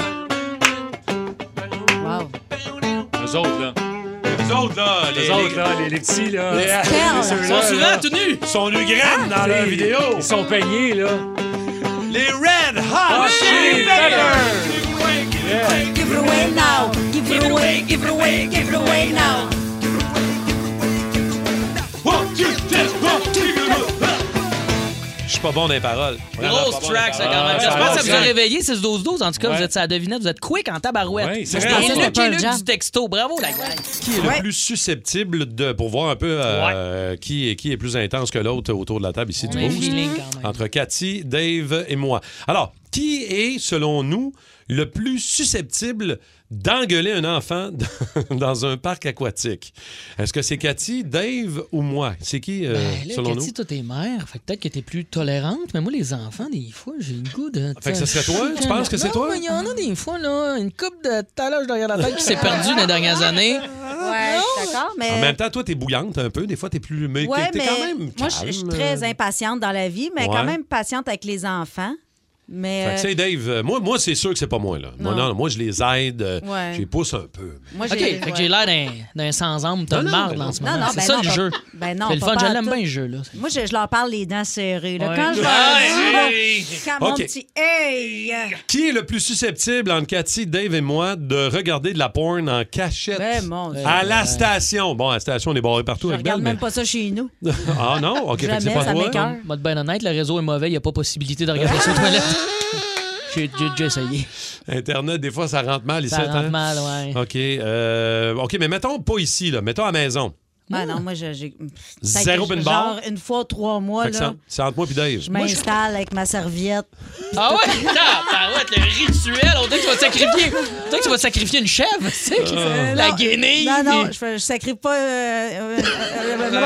[SPEAKER 5] Wow.
[SPEAKER 6] Eux autres, là.
[SPEAKER 3] Les autres, là. Les,
[SPEAKER 6] Les autres, là, les, les petits, là.
[SPEAKER 5] Les
[SPEAKER 6] Les-
[SPEAKER 5] perles.
[SPEAKER 6] les
[SPEAKER 4] Ils
[SPEAKER 6] ceux-là,
[SPEAKER 4] sont souvent
[SPEAKER 6] là.
[SPEAKER 4] tout nus.
[SPEAKER 3] Ils sont nus graines dans leur
[SPEAKER 6] Ils-
[SPEAKER 3] vidéo.
[SPEAKER 6] Ils sont peignés, là.
[SPEAKER 3] Les Red Hot
[SPEAKER 6] Ah,
[SPEAKER 3] Chili
[SPEAKER 6] Chili
[SPEAKER 3] Peppers.
[SPEAKER 6] Yeah.
[SPEAKER 5] Give it away now. Give it away, give it away, give it away now.
[SPEAKER 3] Je suis pas bon dans les paroles. Vraiment
[SPEAKER 4] Grosse
[SPEAKER 3] pas bon
[SPEAKER 4] track,
[SPEAKER 3] dans
[SPEAKER 4] ça,
[SPEAKER 3] les
[SPEAKER 4] quand
[SPEAKER 3] paroles.
[SPEAKER 4] même.
[SPEAKER 6] Ah,
[SPEAKER 4] J'espère que ça
[SPEAKER 6] ça
[SPEAKER 4] vous a
[SPEAKER 6] va.
[SPEAKER 4] réveillé, six douze douze. En tout cas,
[SPEAKER 6] Ouais.
[SPEAKER 4] vous êtes à la devinette, vous êtes quick en tabarouette.
[SPEAKER 6] Ouais, c'est
[SPEAKER 4] C'est
[SPEAKER 6] vrai.
[SPEAKER 5] pensais
[SPEAKER 4] Luc
[SPEAKER 5] que c'était
[SPEAKER 4] et
[SPEAKER 5] pas
[SPEAKER 4] Luc
[SPEAKER 5] le
[SPEAKER 4] du texto. Bravo, la gang.
[SPEAKER 3] Qui est le plus susceptible de. Pour voir un peu euh, qui, est, qui est plus intense que l'autre autour de la table ici
[SPEAKER 4] On
[SPEAKER 3] du
[SPEAKER 4] a un
[SPEAKER 3] Boost.
[SPEAKER 4] feeling quand même.
[SPEAKER 3] Entre Cathy, Dave et moi. Alors, qui est, selon nous, le plus susceptible d'engueuler un enfant dans un parc aquatique? Est-ce que c'est Cathy, Dave ou moi? C'est qui, euh,
[SPEAKER 4] Ben là,
[SPEAKER 3] selon
[SPEAKER 4] Cathy,
[SPEAKER 3] nous?
[SPEAKER 4] toi, t'es mère. Fait que peut-être que t'es plus tolérante, mais moi, les enfants, des fois, j'ai le goût de.
[SPEAKER 3] Fait que ce serait toi? Tu penses que c'est
[SPEAKER 4] Non,
[SPEAKER 3] toi?
[SPEAKER 4] mais il y en a des fois, là, une coupe de talage derrière la tête qui s'est perdue dans les dernières années.
[SPEAKER 5] Ouais, d'accord, mais.
[SPEAKER 3] En même temps, toi, t'es bouillante un peu. Des fois, t'es plus. Mais
[SPEAKER 5] Ouais,
[SPEAKER 3] t'es
[SPEAKER 5] mais
[SPEAKER 3] quand même.
[SPEAKER 5] moi, je je suis
[SPEAKER 3] calme.
[SPEAKER 5] très impatiente dans la vie, mais
[SPEAKER 3] Ouais.
[SPEAKER 5] quand même patiente avec les enfants. Mais
[SPEAKER 3] Fait que, tu sais, Dave, euh, moi, moi c'est sûr que c'est pas moi, là. Moi,
[SPEAKER 5] Non.
[SPEAKER 3] non, moi, je les aide, euh,
[SPEAKER 5] Ouais.
[SPEAKER 3] je les pousse un peu.
[SPEAKER 5] moi,
[SPEAKER 4] OK,
[SPEAKER 5] j'ai.
[SPEAKER 4] fait que
[SPEAKER 5] ouais.
[SPEAKER 4] j'ai l'air d'un, d'un sans-âme, t'as
[SPEAKER 3] Non,
[SPEAKER 4] de
[SPEAKER 3] non,
[SPEAKER 4] marde
[SPEAKER 3] ben
[SPEAKER 4] en
[SPEAKER 3] non.
[SPEAKER 4] ce
[SPEAKER 5] Non,
[SPEAKER 4] moment.
[SPEAKER 5] non,
[SPEAKER 4] c'est
[SPEAKER 5] ben
[SPEAKER 4] ça
[SPEAKER 5] non,
[SPEAKER 4] le
[SPEAKER 5] pas-
[SPEAKER 4] jeu.
[SPEAKER 5] ben non,
[SPEAKER 4] C'est le
[SPEAKER 5] pas
[SPEAKER 4] fun,
[SPEAKER 5] pas
[SPEAKER 4] je
[SPEAKER 5] à
[SPEAKER 4] l'aime
[SPEAKER 5] tout.
[SPEAKER 4] bien, ce jeu-là.
[SPEAKER 5] Moi, je, je leur parle les dents serrées. Là.
[SPEAKER 4] Ouais.
[SPEAKER 5] Quand je leur
[SPEAKER 4] Ah,
[SPEAKER 5] dis, quand mon
[SPEAKER 3] OK.
[SPEAKER 5] petit hey!
[SPEAKER 3] Qui est le plus susceptible entre Cathy, Dave et moi de regarder de la porn en cachette
[SPEAKER 5] Ben, mon Dieu.
[SPEAKER 3] à la station? Bon, à la station, on est barré partout
[SPEAKER 5] Je
[SPEAKER 3] avec Belle,
[SPEAKER 5] regarde
[SPEAKER 3] mais...
[SPEAKER 5] même pas ça chez nous.
[SPEAKER 3] Ah non? OK, fait que c'est
[SPEAKER 5] Jamais,
[SPEAKER 3] pas
[SPEAKER 5] ça
[SPEAKER 3] toi.
[SPEAKER 5] m'écoeure.
[SPEAKER 4] Moi, de ben honnête, le réseau est mauvais, il n'y a pas possibilité de regarder ça aux toilettes. J'ai j'ai déjà essayé.
[SPEAKER 3] Internet, des fois, ça rentre mal ici.
[SPEAKER 4] Ça rentre
[SPEAKER 3] hein?
[SPEAKER 4] mal, ouais.
[SPEAKER 3] OK. euh, OK, mais mettons pas ici, là. Mettons à la maison.
[SPEAKER 5] Ben non, moi, je- j'ai.
[SPEAKER 3] Zéro
[SPEAKER 5] peut-être
[SPEAKER 3] pin
[SPEAKER 5] que,
[SPEAKER 3] bar?
[SPEAKER 5] Genre, une fois, trois mois,
[SPEAKER 3] Fait que
[SPEAKER 5] là,
[SPEAKER 3] c'est- c'est entre moi et Dave.
[SPEAKER 5] je m'installe avec ma serviette.
[SPEAKER 4] Ah ouais? Ah ouais, le rituel, on dirait que tu vas te sacrifier. On dirait que tu vas te sacrifier une chèvre, tu sais,
[SPEAKER 5] Euh,
[SPEAKER 4] la
[SPEAKER 5] non.
[SPEAKER 4] guenille.
[SPEAKER 5] Non, non, je, fais- je sacrifie pas. euh, euh, euh,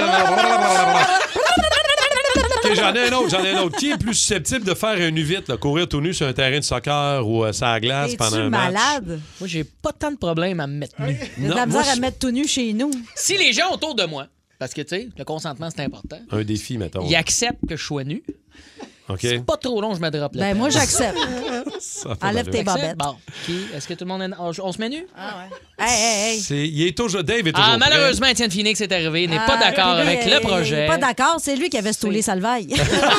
[SPEAKER 3] OK, j'en ai un autre, j'en ai un autre. Qui est plus susceptible de faire un U vite, là, courir tout nu sur un terrain de soccer ou euh, sur la glace pendant
[SPEAKER 5] Es-tu
[SPEAKER 3] un match?
[SPEAKER 5] malade?
[SPEAKER 4] Moi, j'ai pas tant de problèmes à me mettre nu.
[SPEAKER 5] J'ai de
[SPEAKER 3] Non,
[SPEAKER 5] la misère
[SPEAKER 3] moi,
[SPEAKER 5] à
[SPEAKER 3] je-
[SPEAKER 5] me mettre tout nu chez nous.
[SPEAKER 4] Si les gens autour de moi, parce que, tu sais, le consentement, c'est important,
[SPEAKER 3] Un défi, mettons.
[SPEAKER 4] ils acceptent que je sois nu,
[SPEAKER 3] OK.
[SPEAKER 4] C'est pas trop long, je me drop là.
[SPEAKER 5] Ben, moi, j'accepte. Enlève tes bobettes.
[SPEAKER 4] Bon, OK. Est-ce que tout le monde est... on, on se met nu?
[SPEAKER 5] Ah ouais. Hey, hey, hey.
[SPEAKER 3] C'est... Il est toujours... Dave est toujours
[SPEAKER 4] Ah,
[SPEAKER 3] prêt.
[SPEAKER 4] malheureusement, Étienne Phoenix est arrivé. Il n'est
[SPEAKER 5] Ah,
[SPEAKER 4] pas d'accord
[SPEAKER 5] puis lui,
[SPEAKER 4] avec
[SPEAKER 5] il-
[SPEAKER 4] le
[SPEAKER 5] il
[SPEAKER 4] projet.
[SPEAKER 5] est pas d'accord, c'est lui qui avait stoulé Salvaille.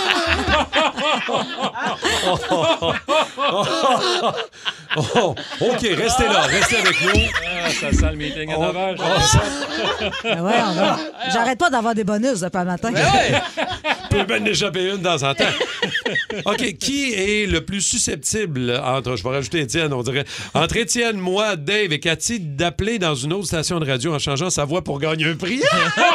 [SPEAKER 3] Oh, OK, restez là. Restez avec nous.
[SPEAKER 6] Ah, ça sent le meeting à neuf heures.
[SPEAKER 5] Ben ouais, on a- J'arrête pas d'avoir des bonus depuis le matin.
[SPEAKER 3] Je peux bien échapper une dans un temps. OK, qui est le plus susceptible entre, je vais rajouter Étienne, on dirait, entre Étienne, moi, Dave et Cathy, d'appeler dans une autre station de radio en changeant sa voix pour gagner un prix?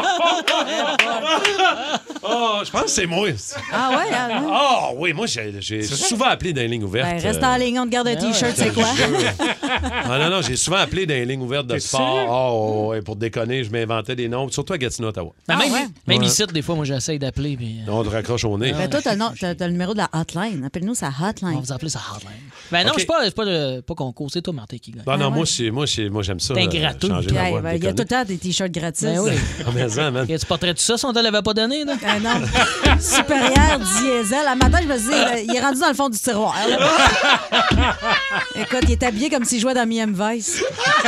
[SPEAKER 3] Oh, je pense que c'est moi.
[SPEAKER 5] Ah ouais? Ah, ouais.
[SPEAKER 3] Ah oui, moi, j'ai, j'ai souvent appelé dans les lignes ouvertes.
[SPEAKER 5] Ben, reste en ligne, on te garde un T-shirt, c'est quoi?
[SPEAKER 3] Ah non, non, j'ai souvent appelé dans les lignes ouvertes de
[SPEAKER 6] T'es
[SPEAKER 3] sport.
[SPEAKER 6] sûr?
[SPEAKER 3] Oh, ouais, pour déconner, je m'inventais des noms, surtout à Gatineau, Ottawa.
[SPEAKER 4] Ben, même
[SPEAKER 5] ouais?
[SPEAKER 4] même
[SPEAKER 3] Ouais.
[SPEAKER 4] ici, des fois, moi, j'essaye d'appeler. Puis...
[SPEAKER 3] On te raccroche au nez.
[SPEAKER 5] Ben, toi, t'as le, nom- t'as- t'as le numéro de la hotline. Appelle-nous sa
[SPEAKER 4] On va
[SPEAKER 5] hotline.
[SPEAKER 4] vous appeler ça hotline. Ben non,
[SPEAKER 3] OK.
[SPEAKER 4] c'est pas, c'est pas, le- pas concours, c'est toi, Martin, qui gagne.
[SPEAKER 3] Non, non,
[SPEAKER 5] Ah ouais.
[SPEAKER 3] moi, c'est, moi, c'est, moi, j'aime ça.
[SPEAKER 4] T'es un
[SPEAKER 3] euh,
[SPEAKER 4] gratteux.
[SPEAKER 3] changer
[SPEAKER 5] Puis,
[SPEAKER 3] ma
[SPEAKER 5] hey,
[SPEAKER 3] voix,
[SPEAKER 5] ben, il y a tout le
[SPEAKER 3] déconner.
[SPEAKER 5] temps des T-shirts gratis.
[SPEAKER 4] Ben oui.
[SPEAKER 3] Ah, mais ça, man.
[SPEAKER 4] Tu porterais-tu ça si on te l'avait pas donné, là?
[SPEAKER 5] Ah non. Supérieur diesel. Un matin, je me suis dit, euh, il est rendu dans le fond du tiroir. là. Écoute, il est habillé comme s'il jouait dans Miami Vice.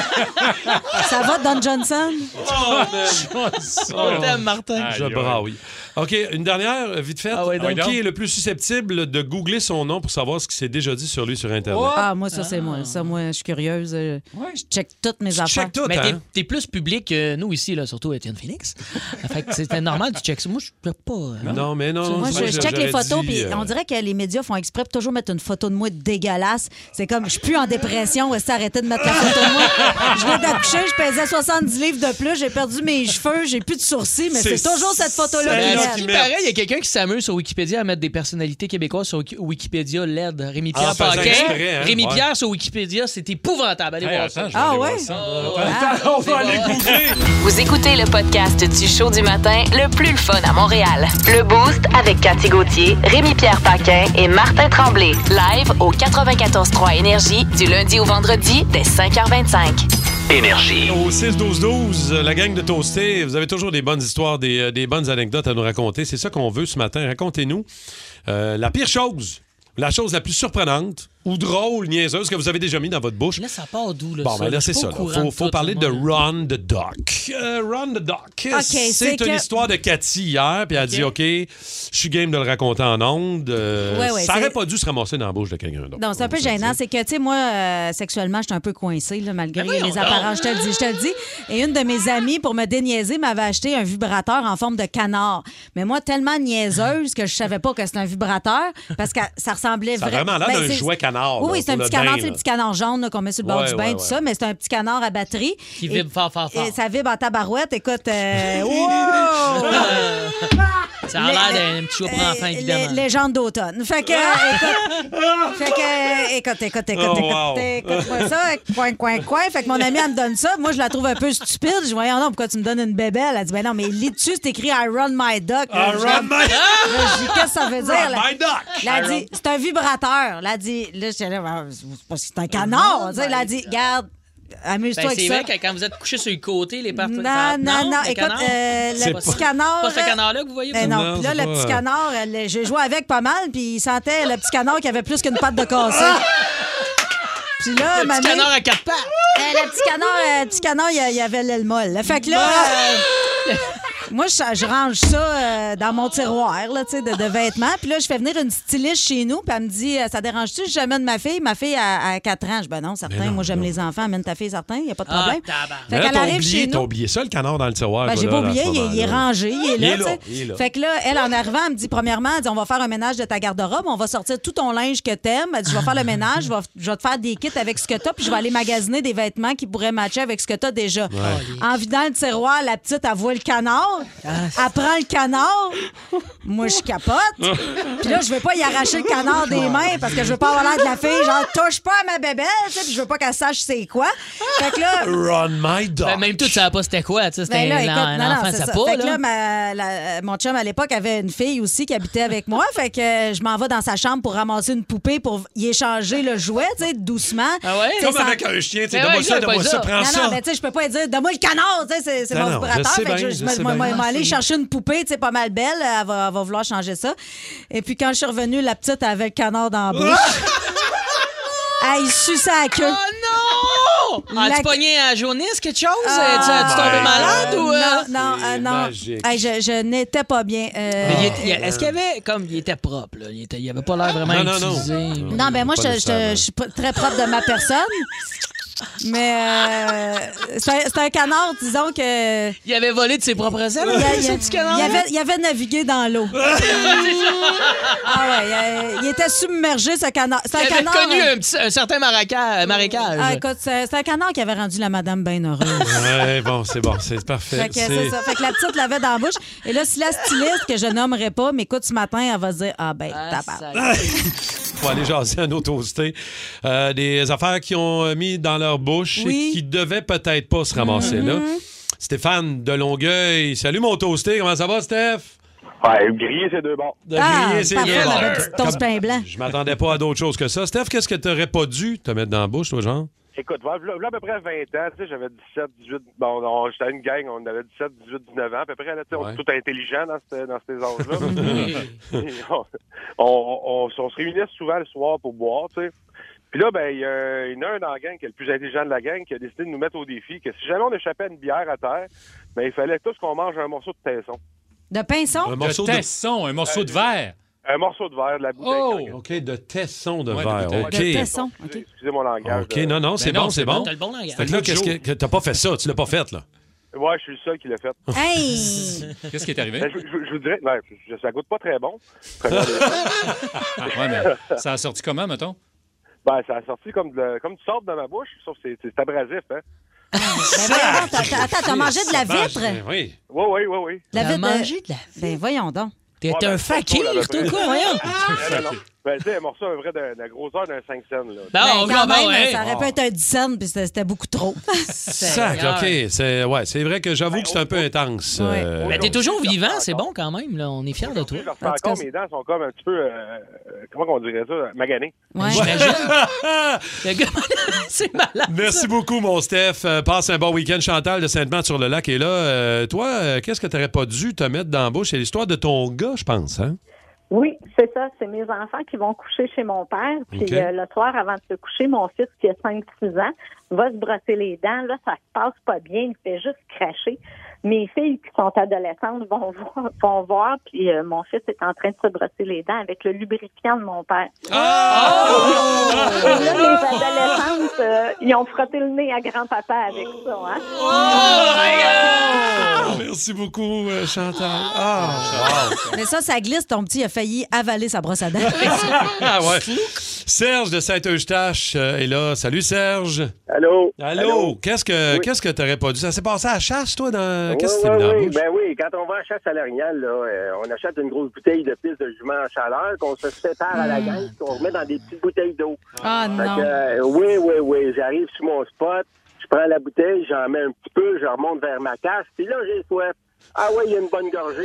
[SPEAKER 5] Ça va, Don Johnson?
[SPEAKER 3] Oh, man.
[SPEAKER 4] On t'aime, Martin.
[SPEAKER 3] Je
[SPEAKER 6] Aïe, aïe.
[SPEAKER 3] braille. OK, une dernière, euh, vite fait.
[SPEAKER 4] Ah ouais, donc.
[SPEAKER 3] Qui est le plus susceptible de googler son nom pour savoir ce qui s'est déjà dit sur lui sur Internet?
[SPEAKER 5] Ah, moi, ça, c'est moi. Ça, moi, je suis curieuse. euh, Je check toutes mes
[SPEAKER 3] Tu
[SPEAKER 5] affaires.
[SPEAKER 3] check tout,
[SPEAKER 4] Mais t'es,
[SPEAKER 3] hein?
[SPEAKER 4] t'es plus public que nous ici, là, surtout Étienne Phoenix. Fait que c'était normal, tu checks ça. Moi, je peux pas. euh,
[SPEAKER 3] Non, mais non.
[SPEAKER 5] Moi,
[SPEAKER 3] c'est vrai
[SPEAKER 5] je,
[SPEAKER 3] que
[SPEAKER 5] je check les
[SPEAKER 3] j'aurais
[SPEAKER 5] photos,
[SPEAKER 3] dit,
[SPEAKER 5] puis
[SPEAKER 3] euh,
[SPEAKER 5] on dirait que les médias font exprès pour toujours mettre une photo de moi dégueulasse. C'est comme, je suis plus en dépression, est-ce arrêter de mettre la photo de moi? Je viens d'accoucher, je pesais soixante-dix livres de plus, j'ai perdu mes cheveux, j'ai plus de sourcils, mais c'est,
[SPEAKER 3] C'est
[SPEAKER 5] toujours cette photo-là
[SPEAKER 3] celle-là
[SPEAKER 5] qui
[SPEAKER 3] qui
[SPEAKER 5] reste.
[SPEAKER 4] Puis
[SPEAKER 3] met-
[SPEAKER 4] pareil, il y a quelqu'un qui s'amuse sur Wikipédia à mettre des personnalités québécoises sur Wiki- Wikipédia L E D. Rémi-Pierre
[SPEAKER 3] Ah, faisant
[SPEAKER 4] Paquin.
[SPEAKER 3] exprès, hein?
[SPEAKER 4] Rémi-Pierre
[SPEAKER 3] Ouais.
[SPEAKER 4] sur Wikipédia, c'est épouvantable. Allez
[SPEAKER 6] Hey,
[SPEAKER 4] voir
[SPEAKER 6] attends,
[SPEAKER 4] ça.
[SPEAKER 6] je vais
[SPEAKER 5] Ah
[SPEAKER 6] aller
[SPEAKER 5] ouais?
[SPEAKER 6] voir ça.
[SPEAKER 4] Oh,
[SPEAKER 5] Ah,
[SPEAKER 3] On va aller googler.
[SPEAKER 1] Vous écoutez le podcast du show du matin le plus le fun à Montréal. Le Boost avec Cathy Gauthier, Rémi-Pierre Paquin et Martin Tremblay. Live au quatre-vingt-quatorze trois Énergie du lundi au vendredi dès cinq heures vingt-cinq.
[SPEAKER 8] Énergie.
[SPEAKER 3] Au six douze douze, la gang de Toasté, vous avez toujours des bonnes histoires, des, euh, des bonnes anecdotes à nous raconter. C'est ça qu'on veut ce matin. Racontez-nous euh, la pire chose, la chose la plus surprenante ou drôle, niaiseuse que vous avez déjà mis dans votre bouche.
[SPEAKER 4] Là, ça part d'où, là?
[SPEAKER 3] Bon,
[SPEAKER 4] ça?
[SPEAKER 3] ben là,
[SPEAKER 4] Je suis
[SPEAKER 3] c'est
[SPEAKER 4] pas
[SPEAKER 3] ça.
[SPEAKER 4] au
[SPEAKER 3] Il
[SPEAKER 4] courant
[SPEAKER 3] faut, faut
[SPEAKER 4] tout,
[SPEAKER 3] parler de
[SPEAKER 4] moi, là.
[SPEAKER 3] Run the Duck. Euh, Run the Duck.
[SPEAKER 5] c'est
[SPEAKER 3] c'est une
[SPEAKER 5] que-
[SPEAKER 3] histoire de Cathy hier, puis elle a dit OK, je suis game de le raconter en ondes. Euh,
[SPEAKER 5] Ouais, ouais,
[SPEAKER 3] ça
[SPEAKER 5] c'est-
[SPEAKER 3] aurait pas dû se ramasser dans la bouche de quelqu'un d'autre.
[SPEAKER 5] Non, c'est un peu
[SPEAKER 3] On va se le
[SPEAKER 5] gênant.
[SPEAKER 3] dire.
[SPEAKER 5] C'est que, tu sais, moi, euh, sexuellement, j'étais un peu coincée, là, malgré
[SPEAKER 4] Mais voyons
[SPEAKER 5] les apparences. Je te le dis, je te le dis. Et une de mes amies, pour me déniaiser, m'avait acheté un vibrateur en forme de canard. Mais moi, tellement niaiseuse que je savais pas que c'était un vibrateur parce que ça ressemblait
[SPEAKER 3] Ça a
[SPEAKER 5] vra-
[SPEAKER 3] vraiment l'air
[SPEAKER 5] Ben,
[SPEAKER 3] d'un
[SPEAKER 5] c'est-
[SPEAKER 3] jouet canard.
[SPEAKER 5] Oui,
[SPEAKER 3] là,
[SPEAKER 5] oui, c'est un
[SPEAKER 3] pour
[SPEAKER 5] petit
[SPEAKER 3] le
[SPEAKER 5] canard,
[SPEAKER 3] bain,
[SPEAKER 5] c'est le
[SPEAKER 3] là.
[SPEAKER 5] petit canard jaune là, qu'on met sur le bord
[SPEAKER 3] Ouais,
[SPEAKER 5] du bain,
[SPEAKER 3] ouais,
[SPEAKER 5] tout
[SPEAKER 3] ouais.
[SPEAKER 5] ça, mais c'est un petit canard à batterie.
[SPEAKER 4] Qui
[SPEAKER 5] Et-
[SPEAKER 4] vibre fort, fort, fort.
[SPEAKER 5] Et ça vibre en tabarouette. Écoute, euh, wow!
[SPEAKER 4] Ça a l'air d'un petit show pour enfants,
[SPEAKER 5] Euh,
[SPEAKER 4] évidemment.
[SPEAKER 5] lé- Légende d'automne. Fait que, écoute, fait que, euh, écoute, écoute, écoute,
[SPEAKER 3] Oh,
[SPEAKER 5] écoute,
[SPEAKER 3] wow.
[SPEAKER 5] écoute-moi ça, coin, coin, coin. Fait que mon amie, elle me donne ça. Moi, je la trouve un peu stupide. Je dis, voyons non, pourquoi tu me donnes une bébelle? Elle dit, ben non, mais lit dessus, c'est écrit I run my duck.
[SPEAKER 3] I
[SPEAKER 5] Là, je-
[SPEAKER 3] run my-
[SPEAKER 5] Là, je dis, qu'est-ce que ça veut dire?
[SPEAKER 3] Run
[SPEAKER 5] là?
[SPEAKER 3] my duck.
[SPEAKER 5] Là, elle dit, c'est un vibrateur. Là, elle dit, là, j'étais là, ben, c'est parce que c'est un canard. Tu sais, là, elle dit, regarde, amuse-toi
[SPEAKER 4] Ben,
[SPEAKER 5] avec
[SPEAKER 4] c'est
[SPEAKER 5] ça.
[SPEAKER 4] vrai que quand vous êtes couché sur le côté, les parties.
[SPEAKER 5] Non,
[SPEAKER 4] ça-
[SPEAKER 5] non, non.
[SPEAKER 4] le
[SPEAKER 5] Écoute,
[SPEAKER 4] canard?
[SPEAKER 5] euh,
[SPEAKER 3] C'est
[SPEAKER 5] le
[SPEAKER 3] pas-
[SPEAKER 5] petit canard.
[SPEAKER 4] Pas ce
[SPEAKER 5] euh,
[SPEAKER 4] canard-là que vous voyez?
[SPEAKER 5] ben
[SPEAKER 4] vous?
[SPEAKER 5] non,
[SPEAKER 3] Non,
[SPEAKER 5] puis là,
[SPEAKER 3] c'est
[SPEAKER 5] le
[SPEAKER 3] pas,
[SPEAKER 5] petit
[SPEAKER 3] euh,
[SPEAKER 5] canard, elle- j'ai joué avec pas mal, puis il sentait le petit canard qui avait plus qu'une patte de cassé. Puis là,
[SPEAKER 4] Le
[SPEAKER 5] ma
[SPEAKER 4] petit
[SPEAKER 5] mère-
[SPEAKER 4] canard à quatre pattes.
[SPEAKER 5] Euh, le petit canard, euh, le petit canard, il y a- il y avait l'aile molle. Fait que là, euh, moi, je, je range ça euh, dans mon tiroir là, tu sais, de, de vêtements. Puis là, je fais venir une styliste chez nous, puis elle me dit, euh, ça dérange-tu si j'amène ma fille? Ma fille a, a quatre ans. Je dis, ben non, certain.
[SPEAKER 3] non,
[SPEAKER 5] Moi, j'aime
[SPEAKER 3] non.
[SPEAKER 5] les enfants. Amène ta fille, certain. Il n'y a pas de
[SPEAKER 4] Ah,
[SPEAKER 5] problème.
[SPEAKER 4] tabarnak.
[SPEAKER 3] Mais
[SPEAKER 5] Fait
[SPEAKER 3] là,
[SPEAKER 5] qu'elle
[SPEAKER 3] t'as
[SPEAKER 5] arrive
[SPEAKER 3] oublié,
[SPEAKER 5] chez
[SPEAKER 3] t'as
[SPEAKER 5] nous.
[SPEAKER 3] oublié ça, le canard dans le tiroir.
[SPEAKER 5] Ben,
[SPEAKER 3] toi,
[SPEAKER 5] j'ai
[SPEAKER 3] là,
[SPEAKER 5] pas
[SPEAKER 3] à ce
[SPEAKER 5] oublié, il est, il est
[SPEAKER 3] moment-là.
[SPEAKER 5] rangé, il est
[SPEAKER 3] Il
[SPEAKER 5] là,
[SPEAKER 3] est
[SPEAKER 5] tu
[SPEAKER 3] là,
[SPEAKER 5] sais.
[SPEAKER 3] il est là.
[SPEAKER 5] Fait que là, elle, en arrivant, elle me dit, premièrement, elle dit, on va faire un ménage de ta garde-robe, on va sortir tout ton linge que t'aimes. Elle dit, je vais faire le ménage, je vais, je vais te faire des kits avec ce que t'as, puis je vais aller magasiner des vêtements qui pourraient matcher avec ce que t'as déjà. En vidant le tiroir, la petite, elle voit le canard, elle prend le canard, moi, je capote. Puis là, je veux pas y arracher le canard des mains parce que je veux pas avoir l'air de la fille, genre, touche pas à ma bébelle, tu sais, puis je veux pas qu'elle sache c'est quoi. Fait que là,
[SPEAKER 3] Run my dog.
[SPEAKER 4] Ben, même tout, tu savais pas c'était quoi. Tu sais, c'était
[SPEAKER 5] ben là,
[SPEAKER 4] un,
[SPEAKER 5] écoute,
[SPEAKER 4] un
[SPEAKER 5] non, non,
[SPEAKER 4] enfant,
[SPEAKER 5] c'est
[SPEAKER 4] ça
[SPEAKER 5] ça.
[SPEAKER 4] pas.
[SPEAKER 5] Fait que
[SPEAKER 4] là.
[SPEAKER 5] là, ma- la- mon chum, à l'époque, avait une fille aussi qui habitait avec moi. Fait que euh, je m'en vais dans sa chambre pour ramasser une poupée pour y échanger le jouet, tu sais, doucement.
[SPEAKER 4] Ah ouais?
[SPEAKER 5] Tu sais,
[SPEAKER 3] Comme
[SPEAKER 5] sans-
[SPEAKER 3] avec un chien, tu sais,
[SPEAKER 4] Ben
[SPEAKER 3] donne-moi
[SPEAKER 4] ouais,
[SPEAKER 3] ça,
[SPEAKER 4] gars,
[SPEAKER 3] donne-moi
[SPEAKER 4] pas
[SPEAKER 3] ça,
[SPEAKER 4] ça.
[SPEAKER 3] prends
[SPEAKER 5] Non,
[SPEAKER 3] ça.
[SPEAKER 5] non, mais tu sais, je peux pas lui dire, donne-moi le canard, tu sais, c'est c'est
[SPEAKER 3] Non,
[SPEAKER 5] mon
[SPEAKER 3] non,
[SPEAKER 5] vibrateur.
[SPEAKER 3] je sais
[SPEAKER 5] Fait que
[SPEAKER 3] bien,
[SPEAKER 5] je,
[SPEAKER 3] je
[SPEAKER 5] me-
[SPEAKER 3] sais
[SPEAKER 5] moi,
[SPEAKER 3] bien.
[SPEAKER 5] il m'a allé chercher une poupée, tu sais, pas mal belle. Elle va, elle va vouloir changer ça. Et puis, quand je suis revenue, la petite avait le canard dans la bouche. Elle suçait la queue.
[SPEAKER 4] Oh non! As-tu pogné à jaunisse, quelque chose? Ah, tu as-tu tombé malade ou...
[SPEAKER 5] Non, non, euh, non. Hey, je, je n'étais pas bien. Euh...
[SPEAKER 4] Mais il était- il- est-ce qu'il y avait... Comme, il était propre, là. Il, était, il avait pas l'air vraiment
[SPEAKER 3] Non, non, non.
[SPEAKER 4] utilisé.
[SPEAKER 5] Non, ben moi, je, je- je suis pas très propre de ma personne. Mais euh, c'est un, c'est un canard, disons que...
[SPEAKER 4] Il avait volé de ses propres ailes,
[SPEAKER 5] Il, a- il
[SPEAKER 4] ce
[SPEAKER 5] a-
[SPEAKER 4] petit canard?
[SPEAKER 5] il avait, il avait navigué dans l'eau. Ah ouais, il, a- il était submergé, ce canard. C'est un
[SPEAKER 4] Il avait
[SPEAKER 5] canard...
[SPEAKER 4] connu un, petit- un certain maraca- marécage.
[SPEAKER 5] Ah, écoute, c'est c'est un canard qui avait rendu la madame bien heureuse.
[SPEAKER 3] Ouais, bon, c'est bon, c'est parfait.
[SPEAKER 5] Fait que, c'est ça. Fait que la petite l'avait dans la bouche. Et là, si la styliste, que je nommerai pas, m'écoute ce matin, elle va se dire, ah ben, tabarnak.
[SPEAKER 3] On va aller jaser à nos toastés. Euh, des affaires qu'ils ont mis dans leur bouche
[SPEAKER 5] Oui.
[SPEAKER 3] et qui devaient peut-être pas se ramasser
[SPEAKER 5] Mm-hmm.
[SPEAKER 3] là. Stéphane de Longueuil. Salut mon toasté, comment ça va, Steph?
[SPEAKER 12] Ouais, griller, c'est deux bons.
[SPEAKER 3] De
[SPEAKER 5] Ah,
[SPEAKER 3] griller, c'est
[SPEAKER 5] parfait,
[SPEAKER 3] deux
[SPEAKER 5] ma
[SPEAKER 3] bords.
[SPEAKER 5] belle petite toast pain blanc.
[SPEAKER 3] Je m'attendais pas à d'autres choses que ça. Steph, qu'est-ce que t'aurais pas dû te mettre dans la bouche, toi, genre?
[SPEAKER 12] Écoute, voilà, voilà à peu près vingt ans, tu sais, j'avais dix-sept, dix-huit, bon, on- j'étais à une gang, on avait dix-sept, dix-huit, dix-neuf ans, à peu près, là, tu sais, on
[SPEAKER 3] Ouais.
[SPEAKER 12] est tous intelligents dans, ce- dans ces âges-là. on, on, on, on se réunissait souvent le soir pour boire, tu sais. Puis là, ben, il y, a- il y en a un dans la gang qui est le plus intelligent de la gang qui a décidé de nous mettre au défi que si jamais on échappait à une bière à terre, ben, il fallait tous qu'on mange un morceau de tesson.
[SPEAKER 5] De pinson?
[SPEAKER 3] Un
[SPEAKER 6] Un
[SPEAKER 3] morceau de...
[SPEAKER 6] tesson, un morceau de verre.
[SPEAKER 12] Un morceau de verre de la bouteille.
[SPEAKER 6] Oh!
[SPEAKER 12] quand-
[SPEAKER 3] OK, de tesson de
[SPEAKER 6] Ouais, de
[SPEAKER 3] verre.
[SPEAKER 6] bouteille.
[SPEAKER 3] OK.
[SPEAKER 5] De tesson. OK.
[SPEAKER 12] Excusez mon langage.
[SPEAKER 3] OK,
[SPEAKER 12] euh.
[SPEAKER 3] non, non, c'est
[SPEAKER 6] Ben non,
[SPEAKER 3] bon, c'est
[SPEAKER 6] c'est
[SPEAKER 3] bon.
[SPEAKER 6] bon.
[SPEAKER 4] T'as le bon langage.
[SPEAKER 3] Fait que là, qu'est-ce que, que t'as pas fait ça? Tu l'as pas fait, là?
[SPEAKER 12] Ouais, je suis le seul qui l'a fait.
[SPEAKER 5] Hey!
[SPEAKER 6] Qu'est-ce qui est arrivé?
[SPEAKER 12] Ben, je, je- je vous dirais, ben, je- ça goûte pas très bon. Première des-
[SPEAKER 6] Ouais, mais ça a sorti comment, mettons?
[SPEAKER 12] Ben, ça a sorti comme, de, comme du sable dans ma bouche, sauf que c'est, c'est abrasif, hein?
[SPEAKER 5] Ben voyons donc, t'as- t'as- attends, t'as mangé de la vitre?
[SPEAKER 3] Ben oui.
[SPEAKER 12] Oui, oui, oui, oui.
[SPEAKER 5] La
[SPEAKER 4] T'as
[SPEAKER 5] vitre de-
[SPEAKER 4] mangé de la...
[SPEAKER 5] Ben voyons donc.
[SPEAKER 4] T'es
[SPEAKER 12] Ouais,
[SPEAKER 4] un
[SPEAKER 12] ben,
[SPEAKER 4] fakir,
[SPEAKER 12] c'est pas
[SPEAKER 4] toi,
[SPEAKER 12] la
[SPEAKER 4] quoi, voyons?
[SPEAKER 12] Non, non, non. Ben, tu sais, un morceau, un vrai, de, de la grosseur d'un cinq cents, là.
[SPEAKER 4] Ben,
[SPEAKER 5] Ben,
[SPEAKER 4] on
[SPEAKER 5] quand
[SPEAKER 4] ben,
[SPEAKER 5] même,
[SPEAKER 4] ouais.
[SPEAKER 5] ça aurait pu être un dix cents, puis c'était c'était beaucoup trop.
[SPEAKER 3] Sac, OK. C'est, ouais, c'est vrai que j'avoue que c'est un peu intense.
[SPEAKER 5] Ouais.
[SPEAKER 3] euh,
[SPEAKER 4] Mais t'es toujours vivant, c'est bon quand même, là. On est fiers de toi.
[SPEAKER 12] Je refais
[SPEAKER 5] En tout
[SPEAKER 12] encore,
[SPEAKER 5] cas,
[SPEAKER 12] mes dents sont comme un petit peu, euh, euh, comment on dirait ça, maganées.
[SPEAKER 5] Ouais.
[SPEAKER 4] J'imagine. Le gars, c'est malade.
[SPEAKER 3] Merci beaucoup, mon Steph. Euh, passe un bon week-end. Chantal de Sainte-Marthe-sur-le-Lac est là. Euh, toi, euh, qu'est-ce que tu n'aurais pas dû te mettre dans la bouche? C'est l'histoire de ton gars, je pense, hein?
[SPEAKER 13] Oui, c'est ça. C'est mes enfants qui vont coucher chez mon père. Puis
[SPEAKER 3] OK.
[SPEAKER 13] euh, le soir, avant de se coucher, mon fils, qui a cinq six ans, va se brosser les dents. Là, ça se passe pas bien. Il fait juste cracher. Mes filles qui sont adolescentes vont voir, vont voir puis euh, mon fils est en train de se brosser les dents avec le lubrifiant de mon père.
[SPEAKER 3] Oh!
[SPEAKER 13] Et là, les adolescentes, euh, ils ont frotté le nez à grand-papa avec ça. Hein?
[SPEAKER 3] Oh, merci beaucoup, euh, Chantal. Ah,
[SPEAKER 5] Mais ça, ça glisse. Ton petit a failli avaler sa brosse à dents.
[SPEAKER 3] ah ouais. Serge de Saint-Eustache euh, est là. Salut, Serge.
[SPEAKER 12] Allô?
[SPEAKER 3] Allô? Qu'est-ce que
[SPEAKER 12] Oui.
[SPEAKER 3] qu'est-ce que t'aurais pas dû? Ça s'est passé à la chasse, toi? Dans...
[SPEAKER 12] Oui,
[SPEAKER 3] Qu'est-ce que
[SPEAKER 12] oui,
[SPEAKER 3] t'es mis dans la
[SPEAKER 12] oui.
[SPEAKER 3] bouche?
[SPEAKER 12] Ben oui, quand on va à chasse salariale, là, euh, on achète une grosse bouteille de pisse de jument en chaleur qu'on se sépare à la gang, qu'on remet dans des petites bouteilles d'eau.
[SPEAKER 5] Ah
[SPEAKER 12] Fait
[SPEAKER 5] non.
[SPEAKER 12] que, euh, oui, oui, oui. J'arrive sur mon spot, je prends la bouteille, j'en mets un petit peu, je remonte vers ma cache, puis là, j'ai soif. Ah ouais, il y a une bonne gorgée.